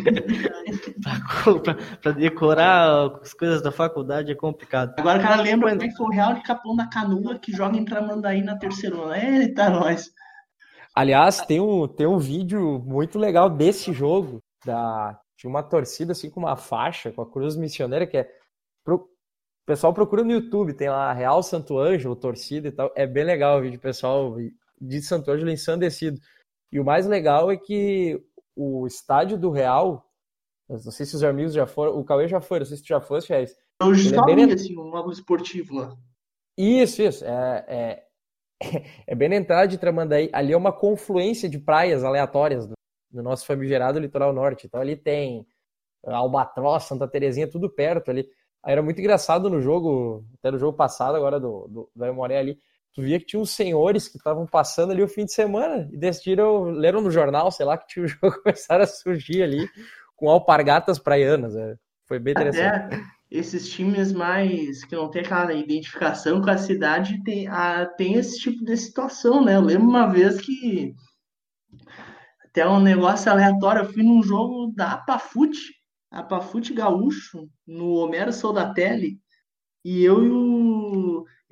Para decorar as coisas da faculdade é complicado. Agora o cara lembra como é que foi o Real de Capão da Canoa que joga em Tramandaí na terceirona. Eita, nós. Aliás, tem um, tem um vídeo muito legal desse jogo. Da, tinha uma torcida assim com uma faixa, com a cruz missioneira, que é... Pro, o pessoal procura no YouTube, tem lá Real Santo Ângelo, torcida e tal. É bem legal o vídeo, pessoal de Santo Ângelo ensandecido. E o mais legal é que o estádio do Real, não sei se os amigos já foram, o Cauê já foi, não sei se tu já foste, Reis. Eu já vi, assim, um algo esportivo lá. Isso, isso. É, é, é bem na entrada de Tramandaí. Ali é uma confluência de praias aleatórias do, do nosso famigerado litoral norte. Então ali tem Albatroz, Santa Terezinha, tudo perto ali. Aí era muito engraçado no jogo, até no jogo passado agora do, do, do Aimoré ali, tu via que tinha uns senhores que estavam passando ali o fim de semana e decidiram, leram no jornal, sei lá, que tinha o jogo, começaram a surgir ali com alpargatas praianas. É. Foi bem interessante. Até esses times mais que não tem aquela identificação com a cidade tem, a, tem esse tipo de situação, né? Eu lembro uma vez que até um negócio aleatório, eu fui num jogo da Apafute, Apafute Gaúcho, no Homero Soldatelli, e eu e o,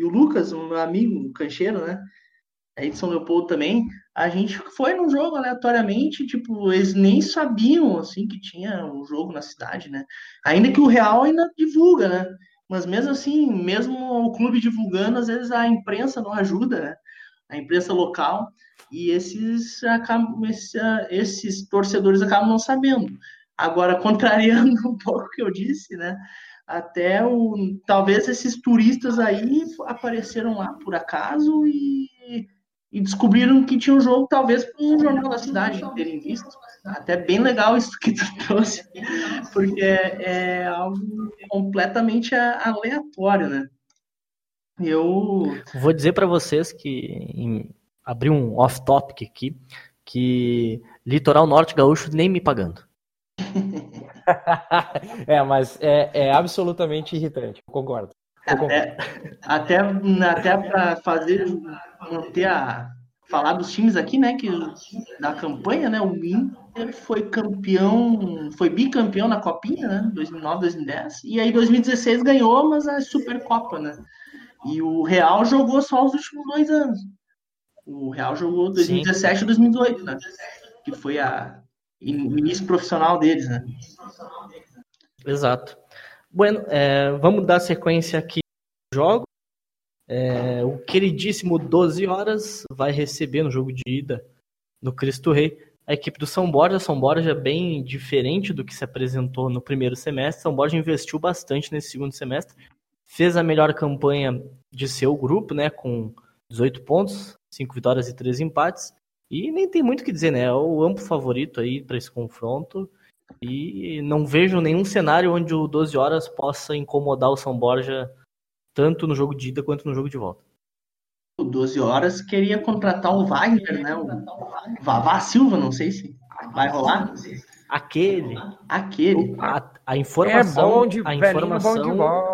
e o Lucas, o meu amigo, o cancheiro, né? Aí de São Leopoldo também, a gente foi num jogo aleatoriamente, tipo, eles nem sabiam, assim, que tinha um jogo na cidade, né? Ainda que o Real ainda divulga, né? Mas mesmo assim, mesmo o clube divulgando, às vezes a imprensa não ajuda, né? A imprensa local, e esses, acabam, esses, esses torcedores acabam não sabendo. Agora, contrariando um pouco o que eu disse, né? Até o, talvez esses turistas aí apareceram lá por acaso e e descobriram que tinha um jogo, talvez por um jornal da cidade terem visto. Até bem legal isso que tu trouxe, porque é, é algo completamente aleatório, né? Eu. Vou dizer para vocês que, em, abrir um off-topic aqui, que Litoral Norte Gaúcho nem me pagando. É, mas é, é absolutamente irritante, eu concordo. Eu Até, até, até para fazer, manter a. Falar dos times aqui, né? Que, da campanha, né? O Inter foi campeão, foi bicampeão na Copinha, né? dois mil e nove, dois mil e dez. E aí dois mil e dezesseis ganhou, mas a Supercopa, né? E o Real jogou só os últimos dois anos. O Real jogou dois mil e dezessete e dois mil e dezoito, né? Que foi a o início profissional deles, né? Exato. Bueno, é, vamos dar sequência aqui no jogo. É, o queridíssimo doze horas vai receber no jogo de ida no Cristo Rei a equipe do São Borja. São Borja é bem diferente do que se apresentou no primeiro semestre. São Borja investiu bastante nesse segundo semestre. Fez a melhor campanha de seu grupo, né, com dezoito pontos, cinco vitórias e três empates. E nem tem muito o que dizer, né? É o amplo favorito aí para esse confronto. E não vejo nenhum cenário onde o doze horas possa incomodar o São Borja tanto no jogo de ida quanto no jogo de volta. O doze horas queria contratar o Wagner, né? O Vavá Silva, não sei se vai rolar. Aquele. Aquele. A, a informação. É bom de, a informação, bom de bola.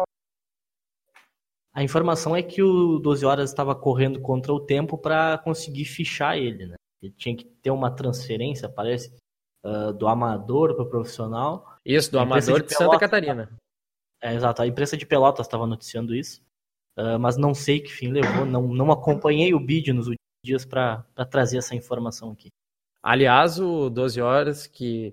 A informação é que o doze horas estava correndo contra o tempo para conseguir fichar ele, né? Ele tinha que ter uma transferência, parece, uh, do amador para o profissional. Isso, do amador de, de Santa Catarina. É, exato, a imprensa de Pelotas estava noticiando isso, uh, mas não sei que fim levou, não, não acompanhei o vídeo nos últimos dias para trazer essa informação aqui. Aliás, o doze horas que,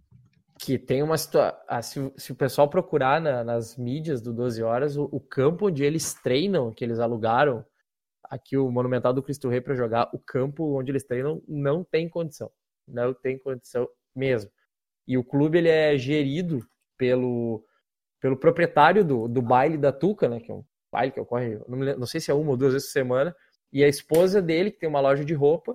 que tem uma situação. Ah, se, se o pessoal procurar na, nas mídias do doze horas, o, o campo onde eles treinam, que eles alugaram, aqui o Monumental do Cristo Rei para jogar, o campo onde eles treinam não tem condição. Não tem condição mesmo. E o clube ele é gerido pelo, pelo proprietário do, do baile da Tuca, né, que é um baile que ocorre, não, me lembro, não sei se é uma ou duas vezes por semana, e a esposa dele, que tem uma loja de roupa,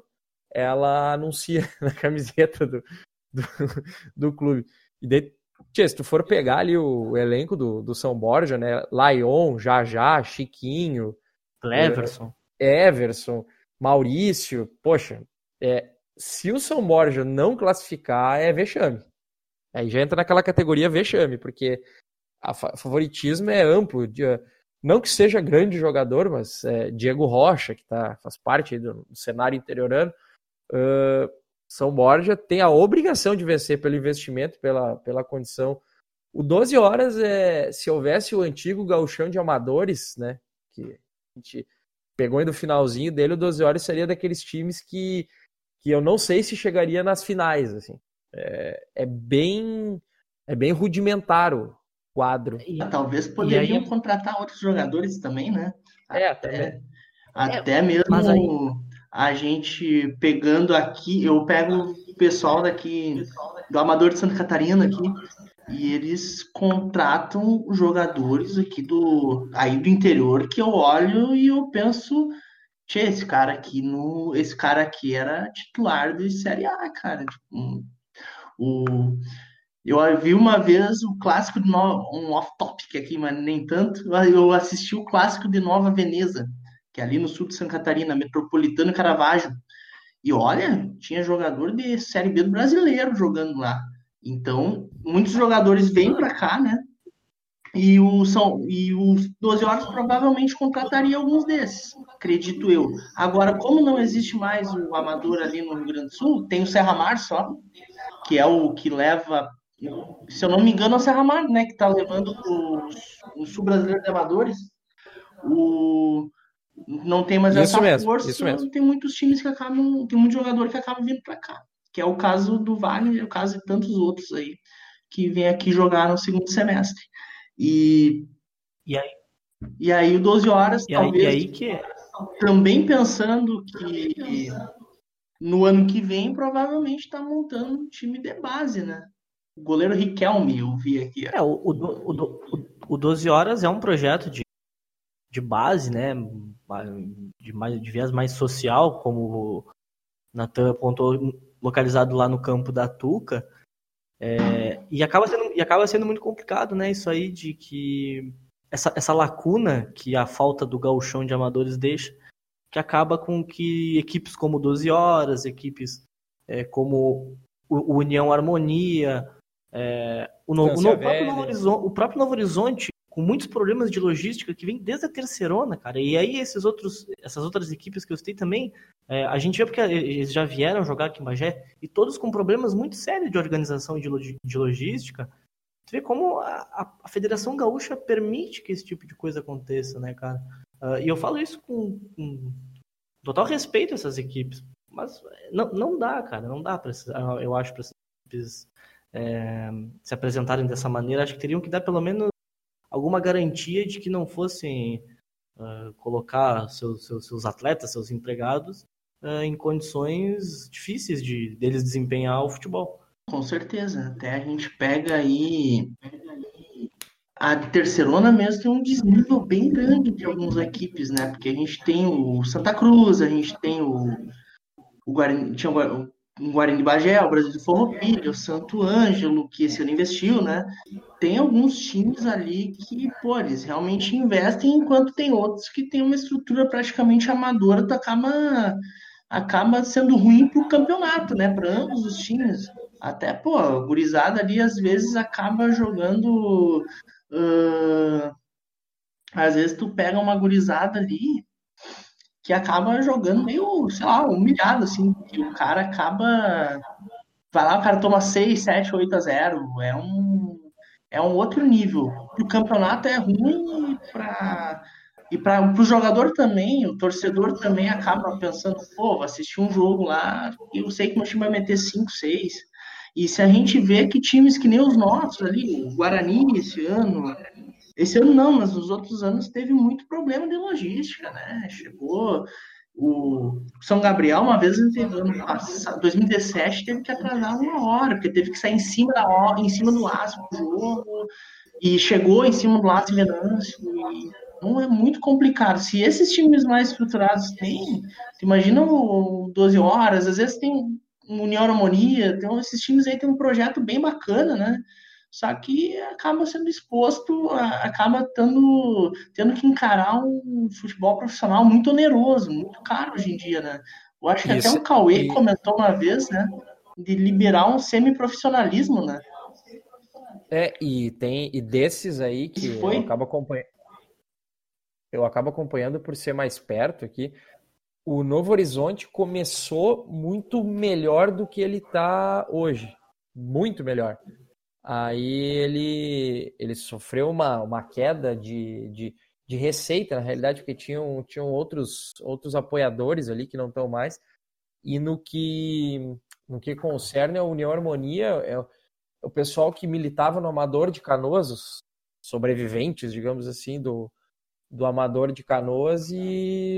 ela anuncia na camiseta do, do, do clube. E daí, tia, se tu for pegar ali o, o elenco do, do São Borja, né, Laion, Jajá, Chiquinho, Cleverson, é, Everson, Maurício, poxa, é, se o São Borja não classificar, é vexame. Aí já entra naquela categoria vexame, porque o favoritismo é amplo. Não que seja grande jogador, mas é, Diego Rocha, que tá, faz parte do, do cenário interiorano, uh, São Borja tem a obrigação de vencer pelo investimento, pela, pela condição. O doze horas, é, se houvesse o antigo gauchão de amadores, né, que a gente pegou aí do finalzinho dele, o doze horas seria daqueles times que, que eu não sei se chegaria nas finais, assim. É, é bem é bem rudimentar o quadro. E, talvez poderiam aí... contratar outros jogadores também, né? É, até, até é, mesmo aí... a gente pegando aqui, eu pego o pessoal daqui do Amador de Santa Catarina aqui, e eles contratam jogadores aqui do aí do interior que eu olho e eu penso, tchê, esse cara aqui no esse cara aqui era titular de Série A, cara. Tipo, o eu vi uma vez o clássico de Nova, um off-topic aqui, mas nem tanto. Eu assisti o clássico de Nova Veneza, que é ali no sul de Santa Catarina, Metropolitano e Caravaggio. E olha, tinha jogador de Série B do brasileiro jogando lá. Então, muitos jogadores vêm para cá, né? E o São e os doze horas provavelmente contrataria alguns desses, acredito eu. Agora, como não existe mais o amador ali no Rio Grande do Sul, tem o Serra Mar só, que é o que leva, se eu não me engano, é o Serra Mar, né, que está levando o Sul Brasileiro de Amadores. o, não tem mais Isso essa mesmo, força, isso mesmo. tem muitos times que acabam, tem muito jogador que acaba vindo para cá, que é o caso do Wagner, é o caso de tantos outros aí, que vem aqui jogar no segundo semestre. E, E aí, e aí o doze horas, e aí, e talvez aí que é. também pensando que no ano que vem provavelmente está montando um time de base, né? O goleiro Riquelme, eu vi aqui. É, o, o, do- o, do- o doze Horas é um projeto de, de base, né? De, mais, de viés mais social, como o Natan apontou, localizado lá no campo da Tuca. É, e, acaba sendo, e acaba sendo muito complicado, né? Isso aí de que essa, essa lacuna que a falta do gauchão de amadores deixa, que acaba com que equipes como doze Horas, equipes é, como o, o União Harmonia, é, o, no, o, no, Estância o próprio Novo Velha. Horizonte, o próprio Novo Horizonte, com muitos problemas de logística que vem desde a terceirona, cara. E aí esses outros, essas outras equipes que eu citei também, é, a gente vê porque eles já vieram jogar aqui em Bagé, e todos com problemas muito sérios de organização e de, log, de logística. Você vê como a, a, a Federação Gaúcha permite que esse tipo de coisa aconteça, né, cara? Uh, e eu falo isso com, com total respeito a essas equipes, mas não, não dá, cara, não dá para, eu acho, para essas equipes é, se apresentarem dessa maneira. Acho que teriam que dar pelo menos alguma garantia de que não fossem uh, colocar seus, seus, seus atletas, seus empregados uh, em condições difíceis de deles desempenhar o futebol. Com certeza. Até a gente pega aí. A terceirona mesmo tem um desnível bem grande de algumas equipes, né? Porque a gente tem o Santa Cruz, a gente tem o, o Guarani, tinha um Guarani de Bagé, o Brasil de Farroupilha, o Santo Ângelo, que esse ano investiu, né? Tem alguns times ali que, pô, eles realmente investem, enquanto tem outros que têm uma estrutura praticamente amadora, tu acaba, acaba sendo ruim pro campeonato, né? Para ambos os times. Até, pô, a gurizada ali às vezes acaba jogando. Uh, às vezes tu pega uma gurizada ali que acaba jogando meio, sei lá, humilhado, assim, que o cara acaba. Vai lá, o cara toma seis, sete, oito a zero. É um, é um outro nível. Pro campeonato é ruim e para e para o jogador também, o torcedor também acaba pensando, pô, vou assistir um jogo lá, eu sei que meu time vai meter cinco, seis. E se a gente vê que times que nem os nossos ali, o Guarani esse ano, esse ano não, mas nos outros anos teve muito problema de logística, né? Chegou o São Gabriel, uma vez, ano passado, dois mil e dezessete, teve que atrasar uma hora, porque teve que sair em cima da hora, em cima do laço do jogo, e chegou em cima do laço em Venâncio, e não é muito complicado. Se esses times mais estruturados têm, imagina o doze Horas, às vezes tem um União Harmonia, então esses times aí têm um projeto bem bacana, né? Só que acaba sendo exposto, acaba tendo, tendo que encarar um futebol profissional muito oneroso, muito caro hoje em dia, né? Eu acho que até Isso. o Cauê E, comentou uma vez, né, de liberar um semiprofissionalismo, né? é, e tem e desses aí Isso que eu foi acabo acompanhando, eu acabo acompanhando por ser mais perto aqui. O Novo Horizonte começou muito melhor do que ele está hoje. Muito melhor. Aí ele, ele sofreu uma, uma queda de, de, de receita, na realidade, porque tinham, tinham outros, outros apoiadores ali que não estão mais. E no que, no que concerne a União Harmonia, é o pessoal que militava no Amador de Canoas, os sobreviventes, digamos assim, do, do Amador de Canoas, e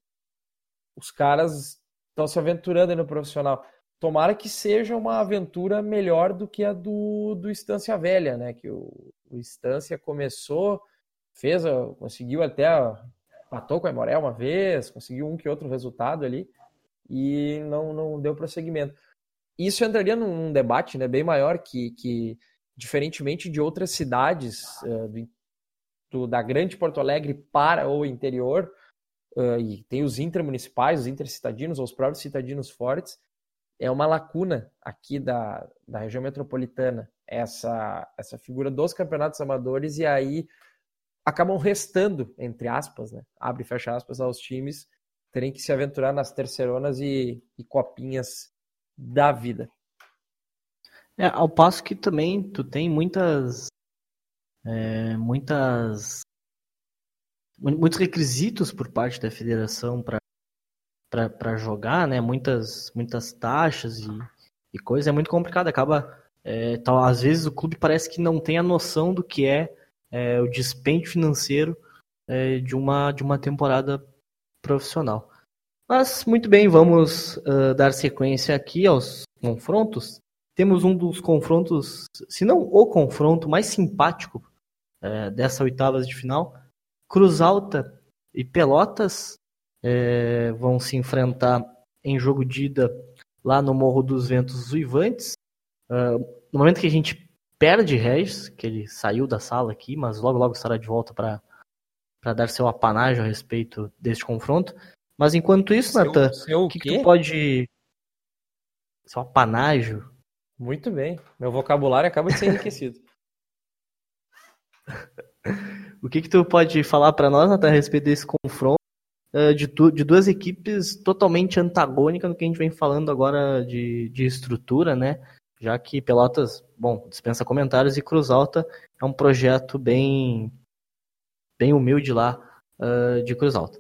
os caras estão se aventurando aí no profissional. Tomara que seja uma aventura melhor do que a do, do Estância Velha, né? Que o, o Estância começou, fez, conseguiu até, empatou com a Emoré uma vez, conseguiu um que outro resultado ali e não, não deu prosseguimento. Isso entraria num debate, né, bem maior que, que diferentemente de outras cidades uh, do, do, da grande Porto Alegre para o interior, uh, e tem os intermunicipais, os intercitadinos, ou os próprios citadinos fortes, é uma lacuna aqui da, da região metropolitana, essa, essa figura dos campeonatos amadores, e aí acabam restando, entre aspas, né, abre e fecha aspas, aos times terem que se aventurar nas terceironas e, e copinhas da vida. É, ao passo que também tu tem muitas é, muitas muitos requisitos por parte da federação para jogar, né? Muitas, muitas taxas e, e coisa. É muito complicado. Acaba, é, tal, às vezes o clube parece que não tem a noção do que é, é o dispêndio financeiro é, de, uma, de uma temporada profissional. Mas, muito bem, vamos uh, dar sequência aqui aos confrontos. Temos um dos confrontos, se não o confronto mais simpático uh, dessa oitavas de final. Cruz Alta e Pelotas uh, vão se enfrentar em jogo de ida lá no Morro dos Ventos Uivantes. Uh, no momento que a gente perde Regis, que ele saiu da sala aqui, mas logo logo estará de volta para dar seu apanágio a respeito deste confronto. Mas enquanto isso, Natan, o que, que tu pode... Seu apanágio. Muito bem. Meu vocabulário acaba de ser enriquecido. O que, que tu pode falar para nós, Natan, a respeito desse confronto uh, de, tu, de duas equipes totalmente antagônicas no que a gente vem falando agora de, de estrutura, né? Já que Pelotas, bom, dispensa comentários, e Cruz Alta é um projeto bem, bem humilde lá uh, de Cruz Alta.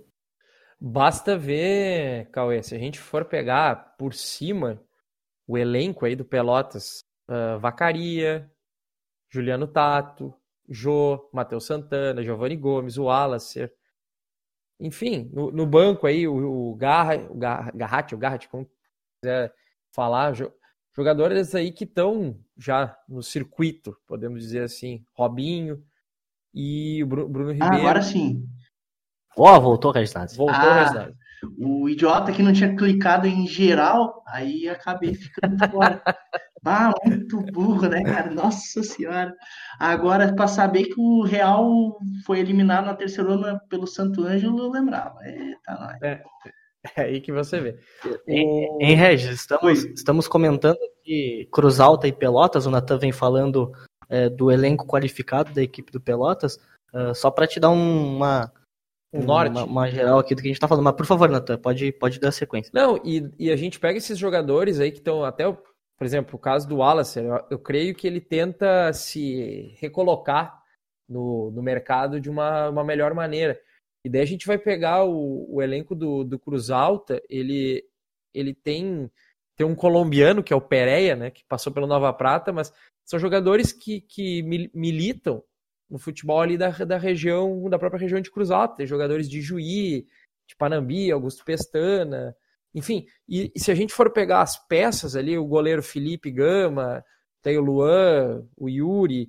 Basta ver, Cauê, se a gente for pegar por cima o elenco aí do Pelotas, uh, Vacaria, Juliano Tato, Jô, Matheus Santana, Giovanni Gomes, o Wallacer, enfim, no, no banco aí o, o Garra, o Garratti, o Garratti, como quiser falar, jogadores aí que estão já no circuito, podemos dizer assim, Robinho e o Bruno Ribeiro. Ah, agora sim. Ó, oh, voltou o Regis. Voltou ah, o Regis. O idiota que não tinha clicado em geral, aí acabei ficando fora. Ah, muito burro, né, cara? Nossa senhora. Agora, para saber que o Real foi eliminado na terceira ronda pelo Santo Ângelo, eu lembrava. Eita, nós. É, é aí que você vê. Em, em Regis, estamos, estamos comentando aqui Cruz Alta e Pelotas. O Natan vem falando é, do elenco qualificado da equipe do Pelotas. Uh, só para te dar um, uma... Um norte. Uma, uma geral aqui do que a gente tá falando. Mas, por favor, Natan, pode, pode dar sequência. Não, e, e a gente pega esses jogadores aí que estão até, o, por exemplo, o caso do Wallace, eu, eu creio que ele tenta se recolocar no, no mercado de uma, uma melhor maneira. E daí a gente vai pegar o, o elenco do, do Cruz Alta, ele, ele tem, tem um colombiano, que é o Pereira, né, que passou pelo Nova Prata, mas são jogadores que, que militam no futebol ali da, da região, da própria região de Cruz Alta. Tem jogadores de Juí, de Panambi, Augusto Pestana, enfim. E, e se a gente for pegar as peças ali, o goleiro Felipe Gama, tem o Luan, o Yuri,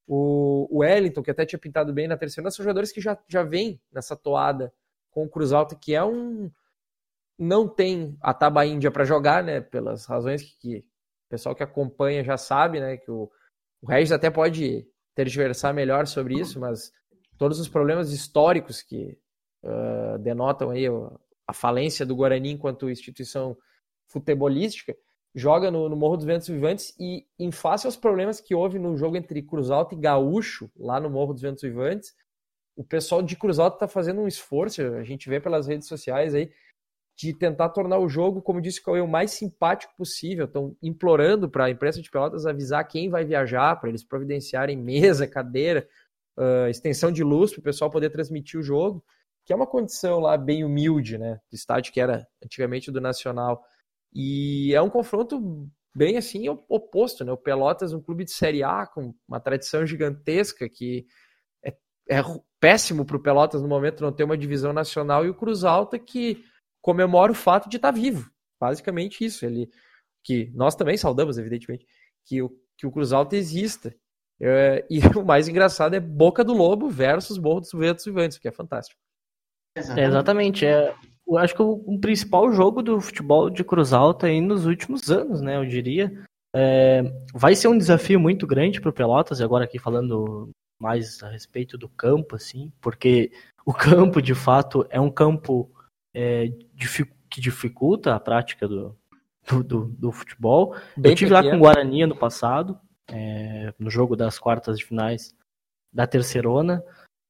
o, o Wellington, que até tinha pintado bem na terceira, são jogadores que já, já vêm nessa toada com o Cruz Alta, que é um... Não tem a Taba Índia para jogar, né, pelas razões que, que o pessoal que acompanha já sabe, né, que o, o Regis até pode tergiversar melhor sobre isso, mas todos os problemas históricos que uh, denotam aí a falência do Guarani enquanto instituição futebolística, joga no, no Morro dos Ventos Vivantes, e em face aos problemas que houve no jogo entre Cruz Alta e Gaúcho, lá no Morro dos Ventos Vivantes, o pessoal de Cruz Alta está fazendo um esforço, a gente vê pelas redes sociais aí, de tentar tornar o jogo, como disse o Cauê, o mais simpático possível. Estão implorando para a imprensa de Pelotas avisar quem vai viajar, para eles providenciarem mesa, cadeira, uh, extensão de luz, para o pessoal poder transmitir o jogo, que é uma condição lá bem humilde, né, do estádio que era antigamente do Nacional. E é um confronto bem assim oposto, né? O Pelotas, um clube de Série A com uma tradição gigantesca, que é, é péssimo para o Pelotas no momento não ter uma divisão nacional, e o Cruz Alta, que comemora o fato de estar vivo. Basicamente isso. Ele, que nós também saudamos, evidentemente, que o, que o Cruz Alta exista. É, e o mais engraçado é Boca do Lobo versus Morro dos Ventos Vivantes, que é fantástico. Exatamente. É, exatamente. É, eu acho que o, o principal jogo do futebol de Cruz Alta aí nos últimos anos, né, eu diria. É, vai ser um desafio muito grande para o Pelotas, e agora aqui falando mais a respeito do campo, assim, porque o campo, de fato, é um campo É, que dificulta a prática do, do, do, do futebol. Bem eu tive pequeno. Lá com o Guarani ano passado, é, no jogo das quartas de finais da Terceirona.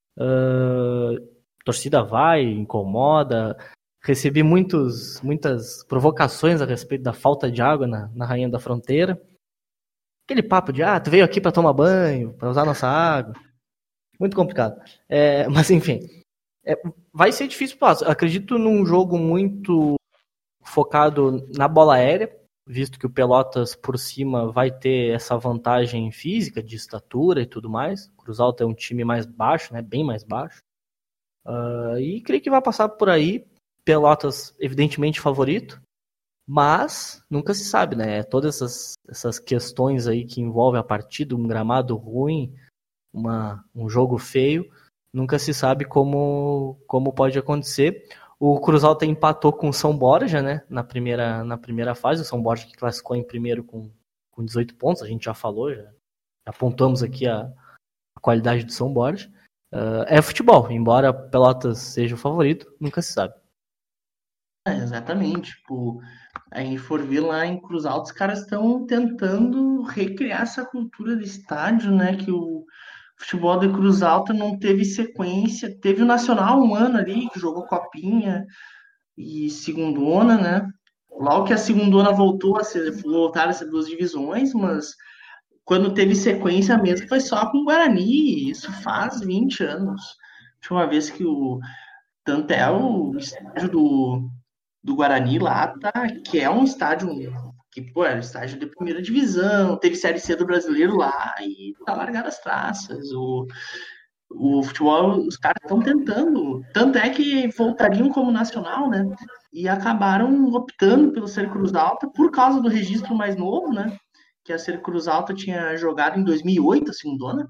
Uh, torcida vai, incomoda. Recebi muitos, muitas provocações a respeito da falta de água na, na Rainha da Fronteira. Aquele papo de, ah, tu veio aqui para tomar banho, para usar nossa água. Muito complicado. É, mas enfim... É, vai ser difícil, Pelotas. Acredito num jogo muito focado na bola aérea, visto que o Pelotas por cima vai ter essa vantagem física de estatura e tudo mais. O Cruz Alta é um time mais baixo, né? Bem mais baixo. Uh, e creio que vai passar por aí. Pelotas, evidentemente, favorito. Mas nunca se sabe, né? Todas essas, essas questões aí que envolvem a partida, um gramado ruim, uma, um jogo feio, nunca se sabe como, como pode acontecer. O Cruz Alta empatou com o São Borja, né? Na primeira, na primeira fase. O São Borja que classificou em primeiro com, com dezoito pontos, a gente já falou, já apontamos aqui a, a qualidade do São Borja. Uh, é futebol, embora Pelotas seja o favorito, nunca se sabe. É, exatamente. Tipo, a gente for ver lá em Cruz Alta, os caras estão tentando recriar essa cultura de estádio, né? Que o futebol de Cruz Alta não teve sequência. Teve o Nacional um ano ali, que jogou Copinha e Segundona, né? Logo que a Segundona voltou a ser, voltaram a ser duas divisões, mas quando teve sequência mesmo foi só com o Guarani, isso faz vinte anos. A última vez que o. Tanto é o estádio do, do Guarani lá, tá, que é um estádio que, pô, é um estádio de primeira divisão, teve Série C do Brasileiro lá e tá largado as traças. O, o futebol, os caras estão tentando. Tanto é que voltariam como nacional, né? E acabaram optando pelo Ser Cruz Alta por causa do registro mais novo, né? Que a Ser Cruz Alta tinha jogado em dois mil e oito, a segundona.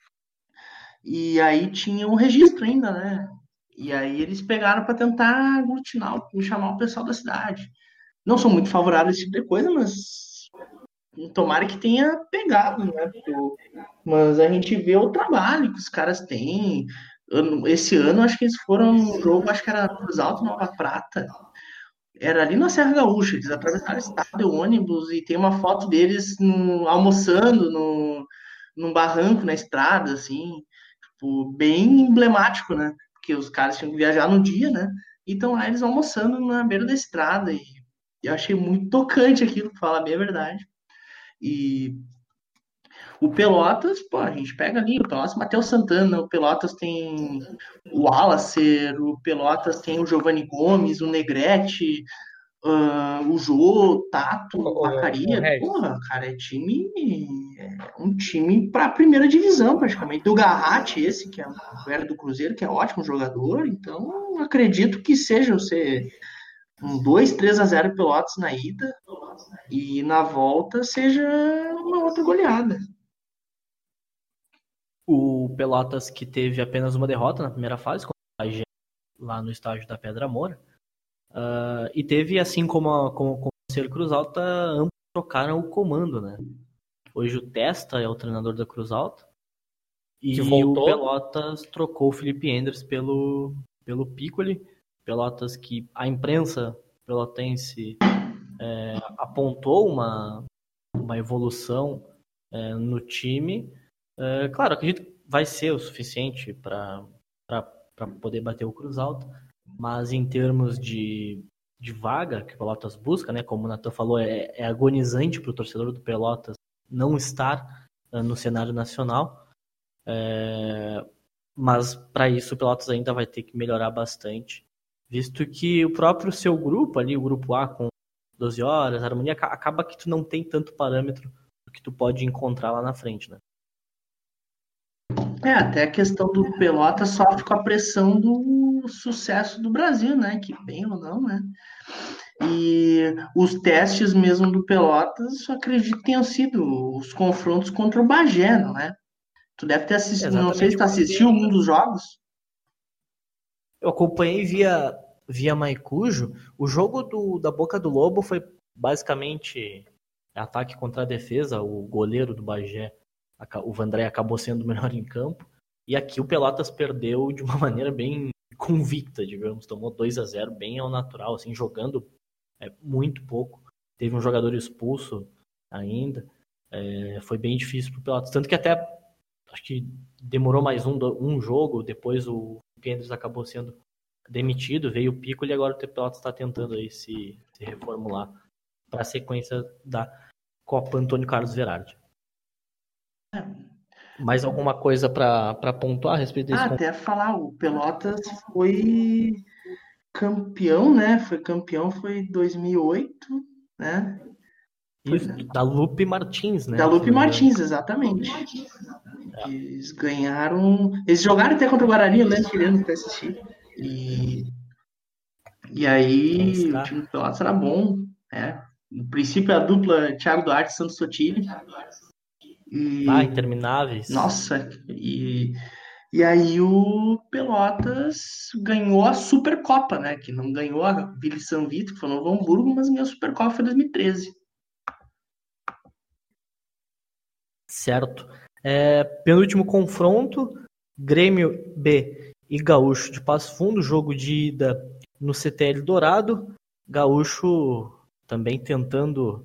E aí tinha um registro ainda, né? E aí eles pegaram para tentar aglutinar, chamar o pessoal da cidade. Não sou muito favorável a esse tipo de coisa, mas tomara que tenha pegado, né? Mas a gente vê o trabalho que os caras têm. Esse ano, acho que eles foram no jogo, acho que era Cruz Alta, Nova Prata. Era ali na Serra Gaúcha, eles atravessaram o estado, o ônibus, e tem uma foto deles no, almoçando no, num barranco na estrada, assim, tipo, bem emblemático, né? Porque os caras tinham que viajar no dia, né? E estão lá eles almoçando na beira da estrada. E eu achei muito tocante aquilo, pra falar bem a verdade. E o Pelotas, pô, a gente pega ali, o Pelotas Matheus Santana, o Pelotas tem o Wallacer, o Pelotas tem o Giovanni Gomes, o Negrete, uh, o Jô, o Tato, o O, o, o Macaria. Regis, Porra, cara, é time. É um time pra primeira divisão, praticamente. Do Garratti, esse, que é o era do Cruzeiro, que é ótimo jogador. Então, acredito que seja você um dois três a zero Pelotas na ida e na volta seja uma outra goleada. O Pelotas que teve apenas uma derrota na primeira fase, lá no estádio da Pedra Moura, uh, e teve, assim como, a, como o Conselho Cruz Alta, ambos trocaram o comando, né? Hoje o Testa é o treinador da Cruz Alta, e o Pelotas trocou o Felipe Enders pelo, pelo Piccoli. Pelotas que a imprensa pelotense é, apontou uma, uma evolução é, no time. É, claro, acredito que vai ser o suficiente para poder bater o Cruz Alta, mas em termos de, de vaga que o Pelotas busca, né, como o Nathan falou, é, é agonizante para o torcedor do Pelotas não estar uh, no cenário nacional, é, mas para isso o Pelotas ainda vai ter que melhorar bastante, visto que o próprio seu grupo ali, o grupo A com doze horas, Harmonia, acaba que tu não tem tanto parâmetro do que tu pode encontrar lá na frente, né? É, até a questão do Pelotas sofre com a pressão do sucesso do Brasil, né? Que bem ou não, né? E os testes mesmo do Pelotas, eu acredito que tenham sido os confrontos contra o Bagé, não é? Tu deve ter assistido, não sei se tu assistiu um dos jogos. Eu acompanhei via, via Maicujo. O jogo do, da Boca do Lobo foi basicamente ataque contra a defesa. O goleiro do Bagé, o Vandré, acabou sendo o melhor em campo. E aqui o Pelotas perdeu de uma maneira bem convicta, digamos. Tomou dois a zero bem ao natural, assim, jogando é, muito pouco. Teve um jogador expulso ainda. É, foi bem difícil pro Pelotas. Tanto que até acho que demorou mais um, um jogo. Depois o Penders acabou sendo demitido. Veio o Piccoli e agora o Pelotas está tentando aí se, se reformular para a sequência da Copa Antônio Carlos Verardi. Mais alguma coisa para pontuar a respeito desse Ah, confronto? até falar, o Pelotas foi campeão, né? Foi campeão, foi em dois mil e oito, né? Foi, Isso, da Lupe Martins, da né? Se Lupe não me engano. Martins, exatamente. Eles ganharam. Eles jogaram até contra o Guarani, eu lembro, querendo até assistir. E, e Aí aí o está. time do Pelotas era bom, né? No princípio a dupla Thiago Duarte e Santos Sotile. Ah, E intermináveis. nossa, e, e aí o Pelotas ganhou a Supercopa, né? Que não ganhou a Vila São Vito, que foi no Novo Hamburgo, mas ganhou a Supercopa foi em dois mil e treze. Certo. É, penúltimo confronto, Grêmio B e Gaúcho de Passo Fundo, jogo de ida no C T L Dourado. Gaúcho também tentando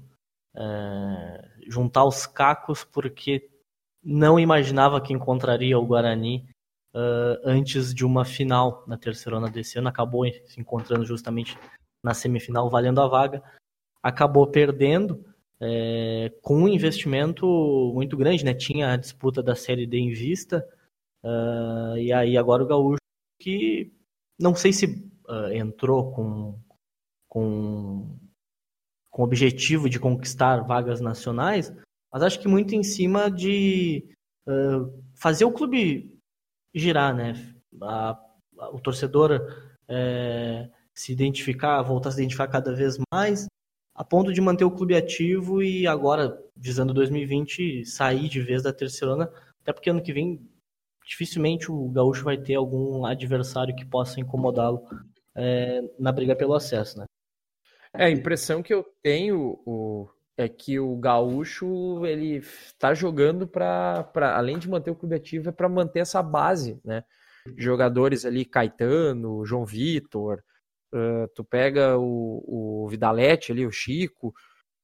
é, juntar os cacos, porque não imaginava que encontraria o Guarani uh, antes de uma final na terceirona desse ano. Acabou se encontrando justamente na semifinal, valendo a vaga. Acabou perdendo. É, com um investimento muito grande, né? Tinha a disputa da Série D em vista, uh, e aí agora o Gaúcho, que não sei se uh, entrou com, com, com o objetivo de conquistar vagas nacionais, mas acho que muito em cima de uh, fazer o clube girar, né? A, a, o torcedor é, se identificar, voltar a se identificar cada vez mais, a ponto de manter o clube ativo e agora, visando dois mil e vinte, sair de vez da terceirona, até porque ano que vem dificilmente o Gaúcho vai ter algum adversário que possa incomodá-lo é, na briga pelo acesso, né? É, a impressão que eu tenho o, é que o Gaúcho, ele tá jogando para, além de manter o clube ativo, é para manter essa base, né? Jogadores ali, Caetano, João Vitor, uh, tu pega o, o Vidalete ali, o Chico,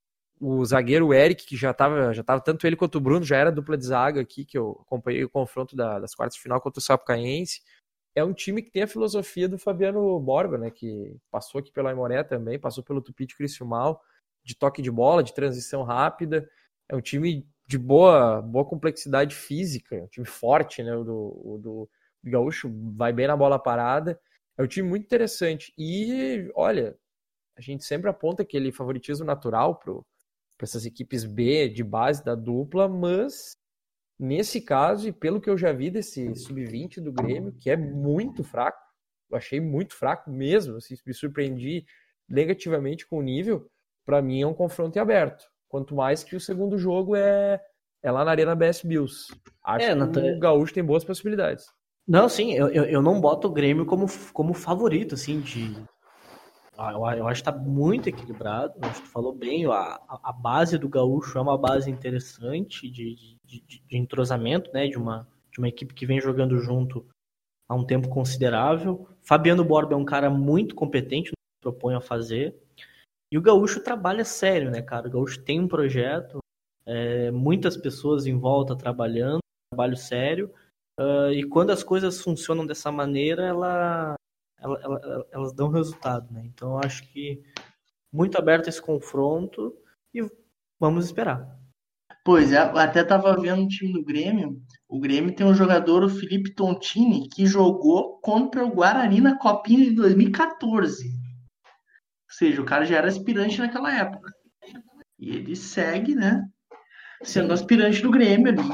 o zagueiro Eric, que já tava, já tava, tanto ele quanto o Bruno, já era dupla de zaga aqui, que eu acompanhei o confronto da, das quartas de final contra o Sapucaense. É um time que tem a filosofia do Fabiano Borba, né, que passou aqui pela Aimoré também, passou pelo Tupi de Criciúmal, de toque de bola, de transição rápida. É um time de boa, boa complexidade física, é um time forte, né, o do, o do, do Gaúcho vai bem na bola parada. É um time muito interessante. E, olha, a gente sempre aponta aquele favoritismo natural pro para essas equipes B de base da dupla, mas nesse caso, e pelo que eu já vi desse sub vinte do Grêmio, que é muito fraco, eu achei muito fraco mesmo, assim, me surpreendi negativamente com o nível, para mim é um confronto em aberto. Quanto mais que o segundo jogo é, é lá na Arena B S Bills. Acho É, que Nathan, o Gaúcho tem boas possibilidades. não, sim, eu, eu, eu não boto o Grêmio como, como favorito, assim, de Eu, eu acho que está muito equilibrado. Acho que tu falou bem. A, a base do Gaúcho é uma base interessante de, de, de, de entrosamento, né? De uma, de uma equipe que vem jogando junto há um tempo considerável. Fabiano Borba é um cara muito competente no que propõe a fazer. E o Gaúcho trabalha sério, né, cara? O Gaúcho tem um projeto, é, muitas pessoas em volta trabalhando, trabalho sério. Uh, e quando as coisas funcionam dessa maneira, ela ela, ela, elas dão resultado, né? Então eu acho que muito aberto esse confronto e vamos esperar. Pois é, eu até tava vendo o time do Grêmio. O Grêmio tem um jogador, o Felipe Tontini, que jogou contra o Guarani na Copinha de dois mil e quatorze. Ou seja, o cara já era aspirante naquela época. E ele segue, né, sendo Sim. aspirante do Grêmio ali.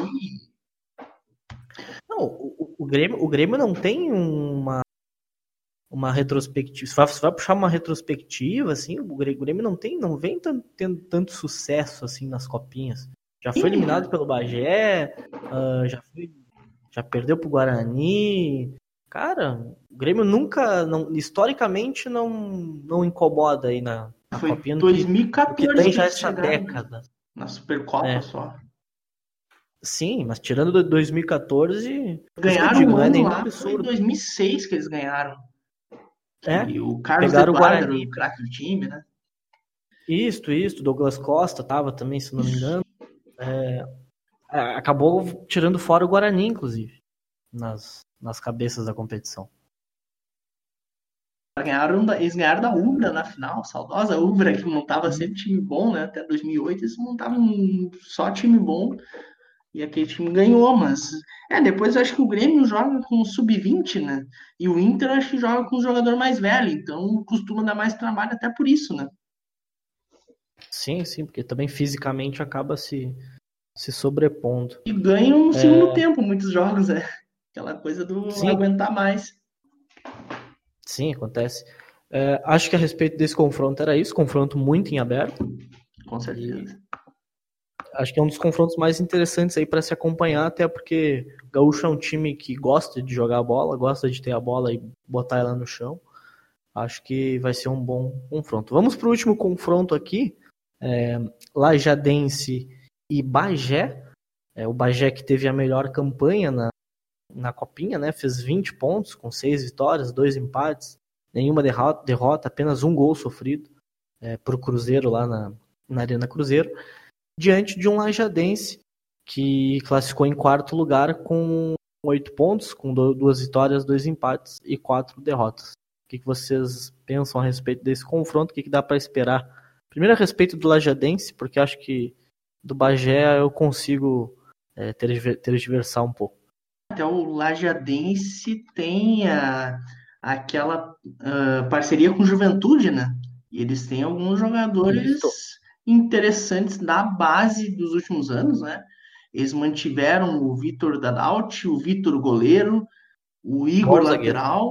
Não, o, o, Grêmio, o Grêmio não tem uma, uma retrospectiva. Se vai, se vai puxar uma retrospectiva, assim, o Grêmio não tem, não vem tendo tanto sucesso assim nas copinhas. Já foi eliminado pelo Bagé, uh, já, foi, já perdeu pro Guarani. Cara, o Grêmio nunca, não, historicamente, não, não incomoda aí na, na Foi copinha, no que, no que dois mil e quatorze tem que já eles essa chegaram década. na Supercopa É. só. Sim, mas tirando do dois mil e quatorze, Ganharam digo, um não é ano nenhum lá, foi em absurdo. dois mil e seis que eles ganharam. É, E o Carlos pegaram o Eduardo era o Guarani. craque do time, né? Isto, isto, Douglas Costa tava também, se não me engano. É, acabou tirando fora o Guarani, inclusive, nas, nas cabeças da competição. Ganharam da, eles ganharam da Ubra na final, saudosa Ubra, que montava sempre time bom, né? Até dois mil e oito eles montavam só time bom. e aquele time ganhou, mas é, depois eu acho que o Grêmio joga com o sub vinte, né? E o Inter eu acho que joga com o jogador mais velho, então costuma dar mais trabalho até por isso, né? Sim, sim, porque também fisicamente acaba se, se sobrepondo. E ganham no É... segundo tempo muitos jogos, é. Aquela coisa do Sim, aguentar mais. sim, acontece. É, acho que a respeito desse confronto era isso, confronto muito em aberto. Com certeza. E acho que é um dos confrontos mais interessantes aí para se acompanhar, até porque o Gaúcho é um time que gosta de jogar a bola, gosta de ter a bola e botar ela no chão. Acho que vai ser um bom confronto. Vamos para o último confronto aqui. É, Lajadense e Bagé. É, o Bagé que teve a melhor campanha na, na Copinha, né? Fez vinte pontos, com seis vitórias, dois empates, nenhuma derrota, derrota apenas um gol sofrido é, para o Cruzeiro lá na, na Arena Cruzeiro, diante de um Lajadense que classificou em quarto lugar com oito pontos, com duas vitórias, dois empates e quatro derrotas. O que, que vocês pensam a respeito desse confronto? O que, que dá para esperar? Primeiro a respeito do Lajadense, porque acho que do Bagé eu consigo é, tergiversar um pouco. Até o Lajadense tem a, aquela uh, parceria com Juventude, né? E eles têm alguns jogadores Isso. interessantes da base dos últimos anos, né? Eles mantiveram o Vitor Dadalt, o Vitor goleiro, o Igor Bom lateral,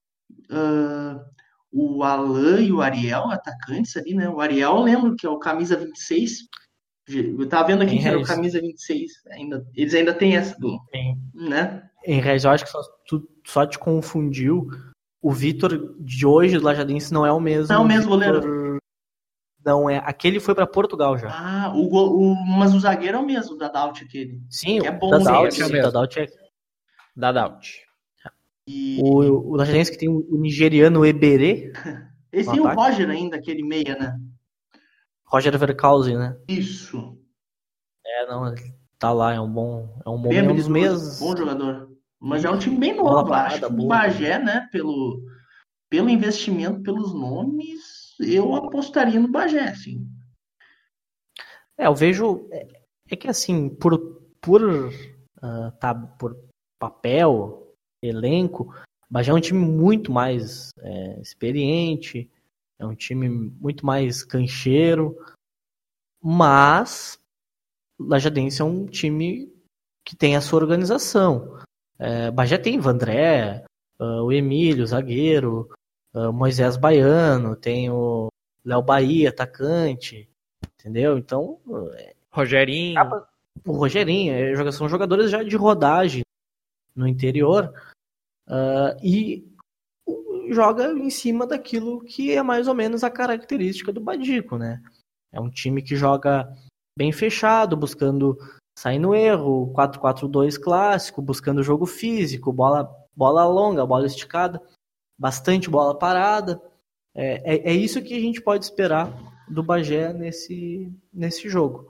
uh, o Alan e o Ariel, atacantes ali, né? O Ariel, eu lembro que é o camisa vinte e seis. Eu tava vendo aqui em que era o Regis, camisa vinte e seis. Ainda, eles ainda têm essa do, em, né? em Regis, eu acho que só, tu, só te confundiu. O Vitor de hoje do Lajadense não é o mesmo. Não é o mesmo Vitor, goleiro. não é. Aquele foi para Portugal já. Ah, o, o, mas o zagueiro é o mesmo, o Dadalt aquele. Sim, Que é o bom. Dadalt, esse é o o mesmo. Dadalt é. Dadalt. E O, o Lajadense que tem o, o nigeriano Eberê. eles No têm o ataque. Roger ainda, aquele meia, né? Roger Verkausen, né? Isso. É, não, ele tá lá, é um bom, é um Bem momento, é um dos habilidoso. meias. Bom jogador. Mas é um Isso, time bem bola novo. Acho parada, que o boa também. Bagé, né? Pelo, pelo investimento, pelos nomes, eu apostaria no Bagé, assim. É, eu vejo. É, é que assim, por, por, uh, tá, por papel, elenco, o Bagé é um time muito mais é, experiente, é um time muito mais cancheiro, mas o Lajadense é um time que tem a sua organização. É, Bagé tem Vandré, uh, o Emílio, zagueiro, uh, Moisés Baiano, tem o Léo Bahia, atacante, entendeu? Então, Rogerinho. acaba, o Rogerinho, é, são jogadores já de rodagem no interior uh, e joga em cima daquilo que é mais ou menos a característica do Badico, né? É um time que joga bem fechado, buscando sair no erro, quatro quatro dois clássico, buscando jogo físico, bola, bola longa, bola esticada, bastante bola parada. É, é, é isso que a gente pode esperar do Bagé nesse, nesse jogo.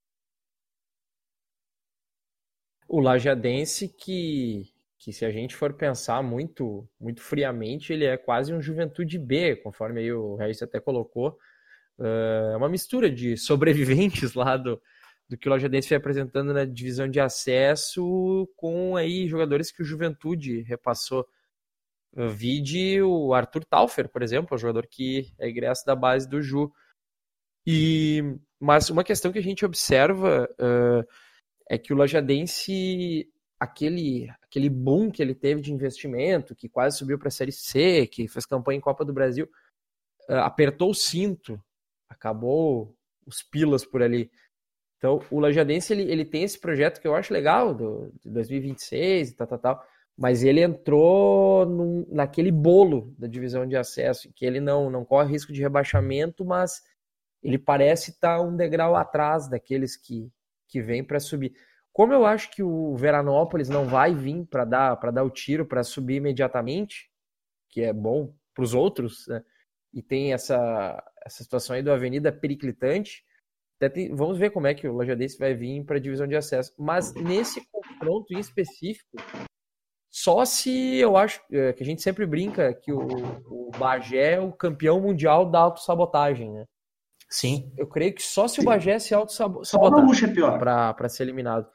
O Lajadense que, que se a gente for pensar muito, muito friamente, ele é quase um Juventude B, conforme aí o Reis até colocou. É uma mistura de sobreviventes lá do, do que o Lajadense foi apresentando na divisão de acesso com aí jogadores que o Juventude repassou. Vide o Arthur Taufer, por exemplo, o jogador que é egresso da base do Ju. E, mas uma questão que a gente observa uh, é que o Lajadense, aquele, aquele boom que ele teve de investimento, que quase subiu para a Série C, que fez campanha em Copa do Brasil, uh, apertou o cinto, acabou os pilas por ali. Então, o Lajadense, ele, ele tem esse projeto que eu acho legal, do, de dois mil e vinte e seis e tal, tal, tal, mas ele entrou num, naquele bolo da divisão de acesso, que ele não, não corre risco de rebaixamento, mas ele parece estar um degrau atrás daqueles que, que vêm para subir. Como eu acho que o Veranópolis não vai vir para dar, para dar o tiro, para subir imediatamente, que é bom para os outros, né? E tem essa, essa situação aí do Avenida periclitante, até tem, vamos ver como é que o Lajadense vai vir para a divisão de acesso. Mas nesse confronto em específico, só se eu acho é, que a gente sempre brinca que o, o Bagé é o campeão mundial da autossabotagem, né? Sim. Sim. Eu creio que só se o Bagé se Só o autossabotar Gaúcho é pior. para ser eliminado.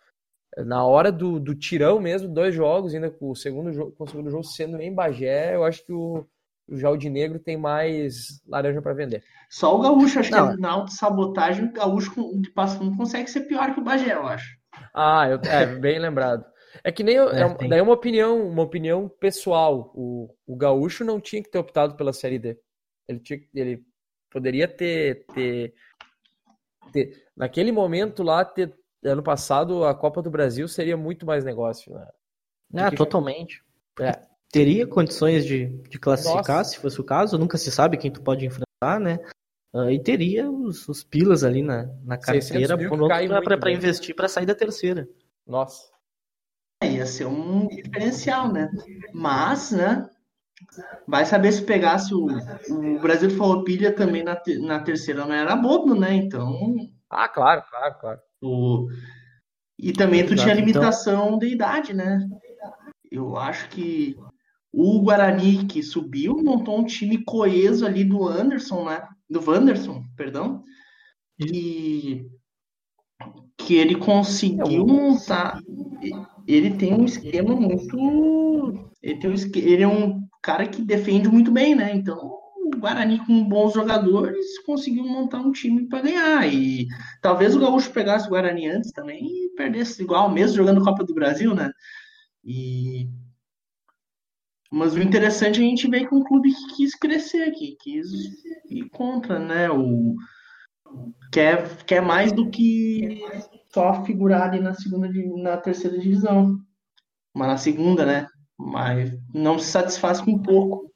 Na hora do, do tirão mesmo, dois jogos, ainda com o segundo jogo, com o segundo jogo sendo em Bagé, eu acho que o, o Jaldinegro tem mais laranja para vender. Só o Gaúcho, acho Não, que na autossabotagem, o Gaúcho de Passo Fundo consegue ser pior que o Bagé, eu acho. Ah, eu, é, bem lembrado. É que nem. eu- É, é, uma- tem. daí é uma opinião, uma opinião pessoal. O, o Gaúcho não tinha que ter optado pela Série D. Ele, tinha, ele poderia ter, ter, ter. Naquele momento lá, ter, ano passado, a Copa do Brasil seria muito mais negócio, né? Do Ah, que jogar. totalmente. É, teria condições de, de classificar, Nossa, se fosse o caso. Nunca se sabe quem tu pode enfrentar, né? Ah, e teria os, os pilas ali na, na seiscentos carteira mil que pronto cai muito para bem. investir para sair da terceira. Nossa. É, ia ser um diferencial, né? Mas, né? Vai saber se pegasse o, o Brasil Farroupilha também na, te- na terceira não era bobo, né? Então, Ah, claro, claro, claro. o, e também tu tinha Exato. Então, limitação de idade, né? Eu acho que o Guarani que subiu montou um time coeso ali do Anderson, né? Do Wanderson, perdão, isso. que, que ele É, conseguiu o, montar. Ele tem um esquema muito. Ele, tem um, esque- ele é um cara que defende muito bem, né? Então, o Guarani, com bons jogadores, conseguiu montar um time para ganhar. E talvez o Gaúcho pegasse o Guarani antes também e perdesse igual, mesmo jogando Copa do Brasil, né? E mas o interessante é a gente ver que um clube que quis crescer, que quis ir contra, né? O, quer, quer mais do que só figurar ali na segunda, di- na terceira divisão. Mas na segunda, né? Mas não se satisfaz com pouco.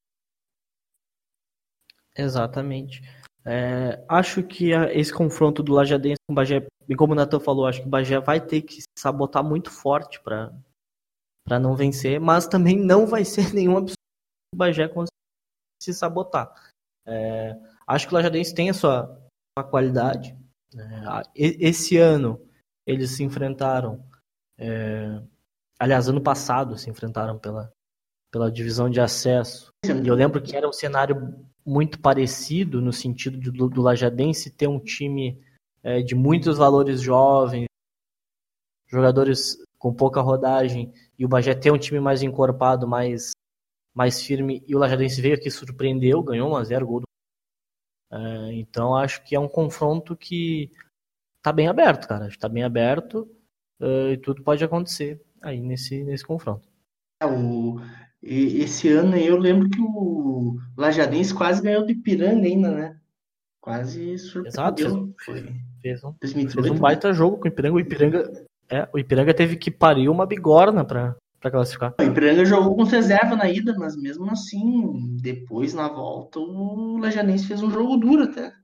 exatamente. É, acho que a- esse confronto do Lajadense com o Bagé, bem como o Nathan falou, acho que o Bagé vai ter que se sabotar muito forte para para não vencer, mas também não vai ser nenhum absurdo o Bagé conseguir se sabotar. É, acho que o Lajadense tem a sua, sua qualidade. É, e- esse ano eles se enfrentaram, é, aliás, ano passado se enfrentaram pela, pela divisão de acesso. E eu lembro que era um cenário muito parecido no sentido de- do, do Lajadense ter um time é, de muitos valores jovens, jogadores com pouca rodagem, e o Bagé ter um time mais encorpado, mais, mais firme, e o Lajadense veio aqui, surpreendeu, ganhou um a zero, gol do... É, então acho que é um confronto que tá bem aberto, cara. Está bem aberto, é, e tudo pode acontecer aí nesse, nesse confronto. É, o, e- esse ano aí eu lembro que o Lajadense quase ganhou do Ipiranga ainda, né? Quase Exato, fez, surpreendeu. Foi fez, um, fez um dois mil e dezoito, né? baita jogo com o Ipiranga. O Ipiranga, é, o Ipiranga teve que parir uma bigorna para classificar. O Ipiranga jogou com reserva na ida, mas mesmo assim, depois na volta, o Lajanense fez um jogo duro até.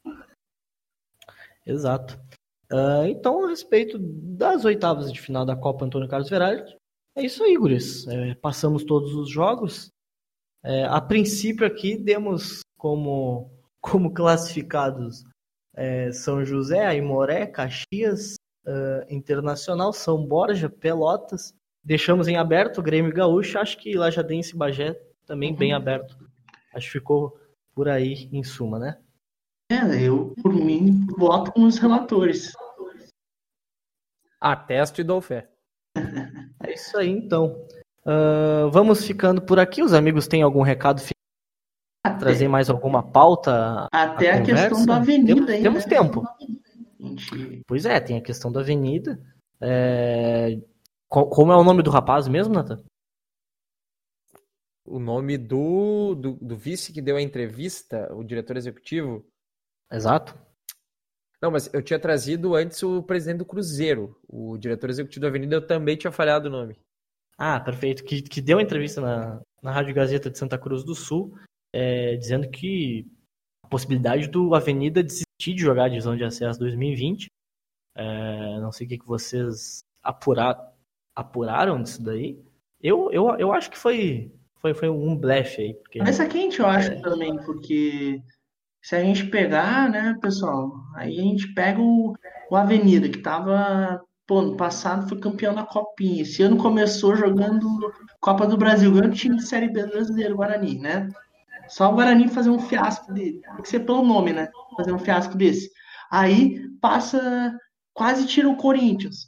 Exato. Uh, então, a respeito das oitavas de final da Copa Antônio Carlos Veraldi, é isso aí, guris. É, passamos todos os jogos. É, a princípio aqui demos como, como classificados é, São José, Aimoré, Caxias, uh, Internacional, São Borja, Pelotas. Deixamos em aberto o Grêmio Gaúcho. Acho que Lajadense e Bagé também bem aberto. Acho que ficou por aí em suma, né? É, eu, por mim, voto com os relatores. Atesto e dou fé. É isso aí, então. Uh, vamos ficando por aqui. Os amigos têm algum recado final? Até, Trazer mais alguma pauta até à a questão da conversa? avenida Temos, aí, temos né? tempo. Gente, Pois é, tem a questão da avenida. É... co- Como é o nome do rapaz mesmo, Nathan? O nome do, do, do vice que deu a entrevista, o diretor executivo. Exato. Não, mas eu tinha trazido antes o presidente do Cruzeiro. O diretor executivo da Avenida eu também tinha falhado o nome. Ah, perfeito. Que, que deu entrevista na, na Rádio Gazeta de Santa Cruz do Sul, é, dizendo que a possibilidade do Avenida desistir de jogar a divisão de acesso dois mil e vinte. É, não sei o que, que vocês apurar, apuraram disso daí. Eu, eu, eu acho que foi, foi, foi um blefe aí, porque cabeça quente, eu acho também, porque se a gente pegar, né, pessoal, aí a gente pega o, o Avenida, que tava, pô, no passado foi campeão da Copinha. Esse ano começou jogando Copa do Brasil, ganhou o time de Série B brasileiro, Guarani, né? Só o Guarani fazer um fiasco dele. Tem que ser pelo nome, né? Fazer um fiasco desse. Aí passa, quase tira o Corinthians.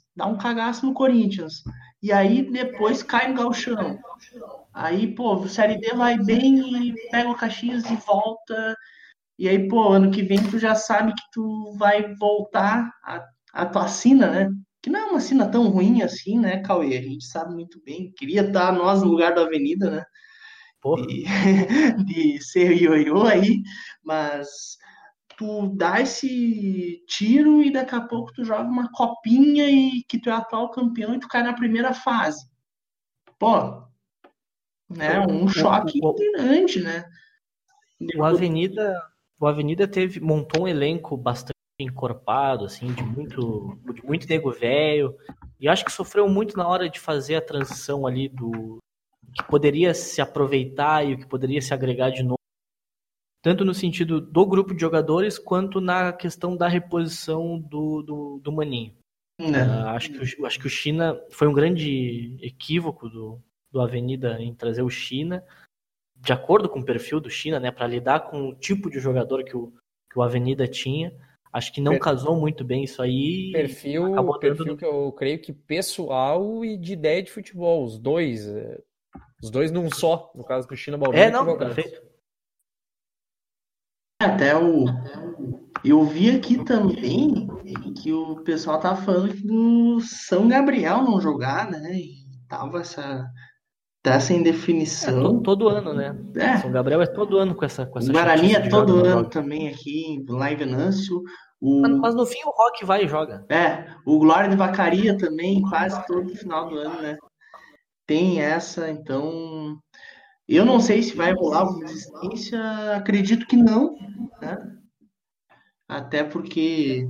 dá um cagaço no Corinthians. E aí depois cai no Gauchão. Aí, pô, o Série D vai bem e pega o Caxias e volta. E aí, pô, ano que vem tu já sabe que tu vai voltar a, a tua sina, né? Que não é uma sina tão ruim assim, né, Cauê? A gente sabe muito bem. Queria estar nós no lugar da Avenida, né? Pô, De, de ser ioiô aí, mas tu dá esse tiro e daqui a pouco tu joga uma copinha e que tu é atual campeão e tu cai na primeira fase. Pô, né? Um o, choque o, grande, né? o Avenida, o Avenida teve, montou um elenco bastante encorpado, assim, de muito, de muito nego velho, e acho que sofreu muito na hora de fazer a transição ali do que poderia se aproveitar e o que poderia se agregar de novo, tanto no sentido do grupo de jogadores, quanto na questão da reposição do, do, do Maninho. Uh, Né? acho, que o, acho que o China foi um grande equívoco do, do Avenida em trazer o China, de acordo com o perfil do China, né, para lidar com o tipo de jogador que o, que o Avenida tinha. Acho que não Per- casou muito bem isso aí e Perfil, acabou dando perfil no... que eu creio que pessoal e de ideia de futebol, os dois, é, os dois num só, no caso do China Balbino É, e não, Cavalcanti. perfeito. Até o. Eu vi aqui também que o pessoal tava falando que o São Gabriel não jogar, né? E tava essa, tá essa É, to, indefinição. todo ano, né? São É, Gabriel é todo ano com essa, com o essa Guarani chatice é de joga, todo não ano joga. também aqui, lá em Venâncio. Mas, O, mas no fim o Rock vai e joga. é, o Glória de Vacaria também, quase todo final do ano, né? Tem essa, então. Eu não sei se vai rolar alguma resistência, acredito que não, né? Até porque.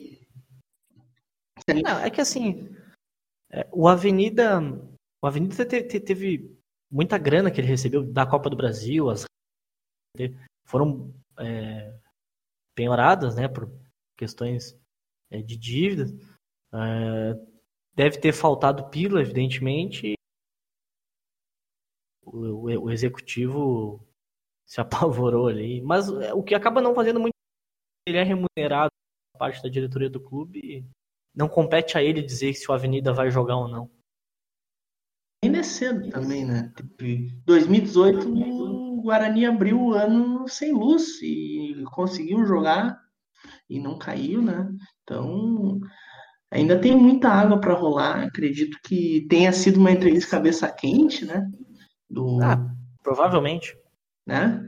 Não, é que assim, é, o Avenida, o Avenida te- te- teve muita grana que ele recebeu da Copa do Brasil, as foram é, penhoradas, né, por questões é, de dívidas. É, deve ter faltado pila, evidentemente. O, o, o executivo se apavorou ali. Mas é, o que acaba não fazendo muito, ele é remunerado por parte da diretoria do clube. Não compete a ele dizer se o Avenida vai jogar ou não. Ainda é cedo também, né? Teve dois mil e dezoito, o Guarani abriu o ano sem luz e conseguiu jogar e não caiu, né? Então, ainda tem muita água para rolar. Acredito que tenha sido uma entrevista cabeça quente, né? Do, Ah, provavelmente. né?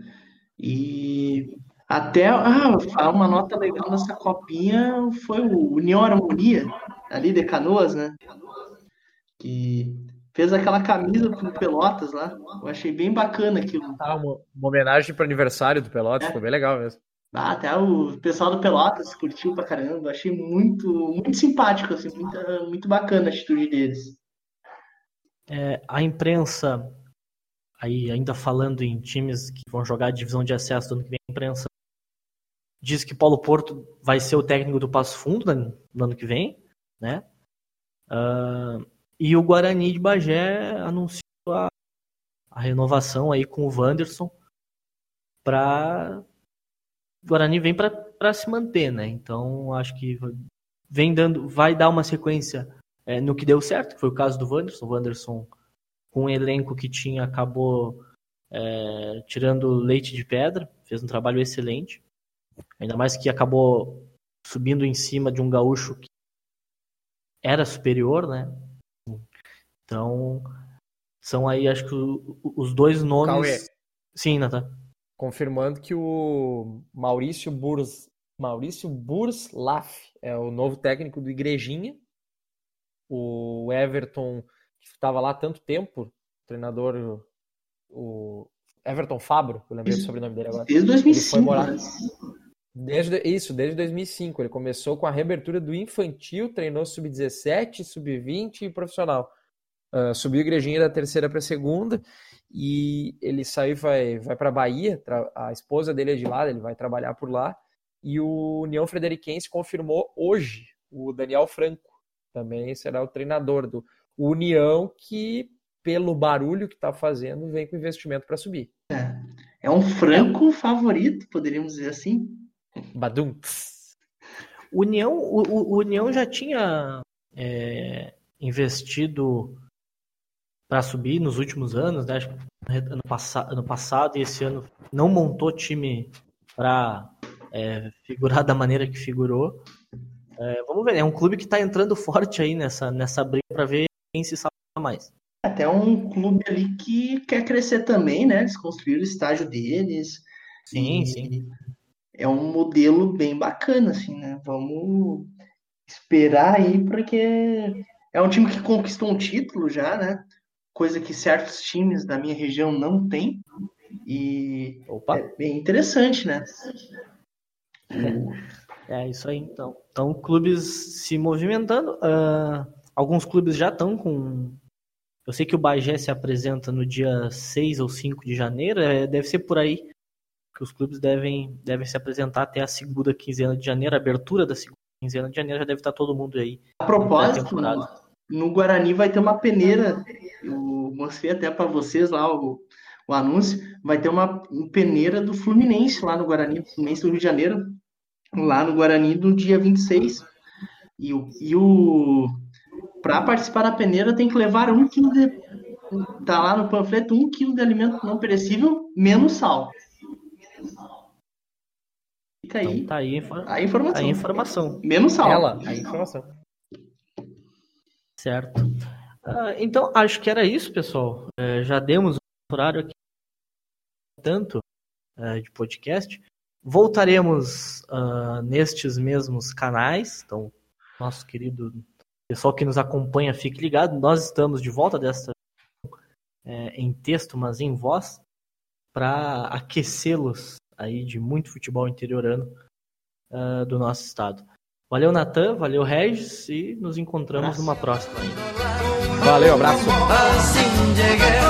E até, ah, falar uma nota legal nessa copinha foi o União Harmonia, ali de Canoas, né? Que fez aquela camisa pro Pelotas lá. Eu achei bem bacana aquilo. Ah, uma, uma homenagem para o aniversário do Pelotas, ficou bem legal mesmo. Ah, até o pessoal do Pelotas curtiu pra caramba. Achei muito, muito simpático, assim, muito, muito bacana a atitude deles. É, a imprensa, aí ainda falando em times que vão jogar a divisão de acesso do ano que vem, a imprensa diz que Paulo Porto vai ser o técnico do Passo Fundo no ano que vem, né? Uh, e o Guarani de Bagé anunciou a, a renovação aí com o Wanderson para o Guarani vem para se manter, né? Então acho que vem dando, vai dar uma sequência é, no que deu certo, que foi o caso do Wanderson. O Wanderson, com o elenco que tinha, acabou é, tirando leite de pedra, fez um trabalho excelente. Ainda mais que acabou subindo em cima de um gaúcho que era superior, né? Então, são aí, acho que os dois nomes. Cauê, Sim, Nathan. confirmando que o Maurício Burs, Maurício Burslaff é o novo técnico do Igrejinha. O Everton, que estava lá há tanto tempo, treinador, o Everton Fabro, eu lembrei do Isso, sobrenome dele agora. desde Ele foi dois mil e cinco, morar. né? Desde, isso, desde dois mil e cinco. Ele começou com a reabertura do infantil, treinou sub dezessete, sub vinte e profissional. Uh, subiu a Igrejinha da terceira para a segunda e ele saiu vai vai para Bahia. A esposa dele é de lá, ele vai trabalhar por lá. E o União Frederiquense confirmou hoje o Daniel Franco, também será o treinador do União, que pelo barulho que está fazendo vem com investimento para subir. É um É, franco favorito, poderíamos dizer assim. Badum. o União, o, o União já tinha é, investido para subir nos últimos anos, né? Acho que ano, pass- ano passado e esse ano não montou time para é, figurar da maneira que figurou. É, vamos ver, é um clube que está entrando forte aí nessa, nessa briga para ver quem se salva mais. Até um clube ali que quer crescer também, né? Eles construíram o estádio deles. Sim, e sim. É um modelo bem bacana, assim, né? Vamos esperar aí, porque é um time que conquistou um título já, né? Coisa que certos times da minha região não têm. E Opa, é bem interessante, né? O- é isso aí então. Então, clubes se movimentando. ah, alguns clubes já estão com. Eu sei que o Bagé se apresenta no dia seis ou cinco de janeiro, é, deve ser por aí que os clubes devem, devem se apresentar até a segunda quinzena de janeiro, a abertura da segunda quinzena de janeiro, já deve estar todo mundo aí A em propósito, pré-temporada. no Guarani vai ter uma peneira. Eu mostrei até para vocês lá o, o anúncio. Vai ter uma peneira do Fluminense lá no Guarani, do Fluminense do Rio de Janeiro, lá no Guarani no dia vinte e seis. E o, e o para participar da peneira tem que levar um quilo de. Tá lá no panfleto, um quilo de alimento não perecível, menos sal. Fica Então aí tá aí a infor- a informação. tá aí a informação. Menos sal. Ela, a informação. Certo. Ah, então, acho que era isso, pessoal. É, já demos um horário aqui, tanto é, de podcast. Voltaremos ah, nestes mesmos canais. Então, nosso querido pessoal que nos acompanha, fique ligado. Nós estamos de volta desta é, em texto, mas em voz, para aquecê-los aí de muito futebol interiorano uh, do nosso estado. Valeu, Natan, valeu, Regis, e nos encontramos Abraço. numa próxima ainda. Valeu, abraço. Assim llegué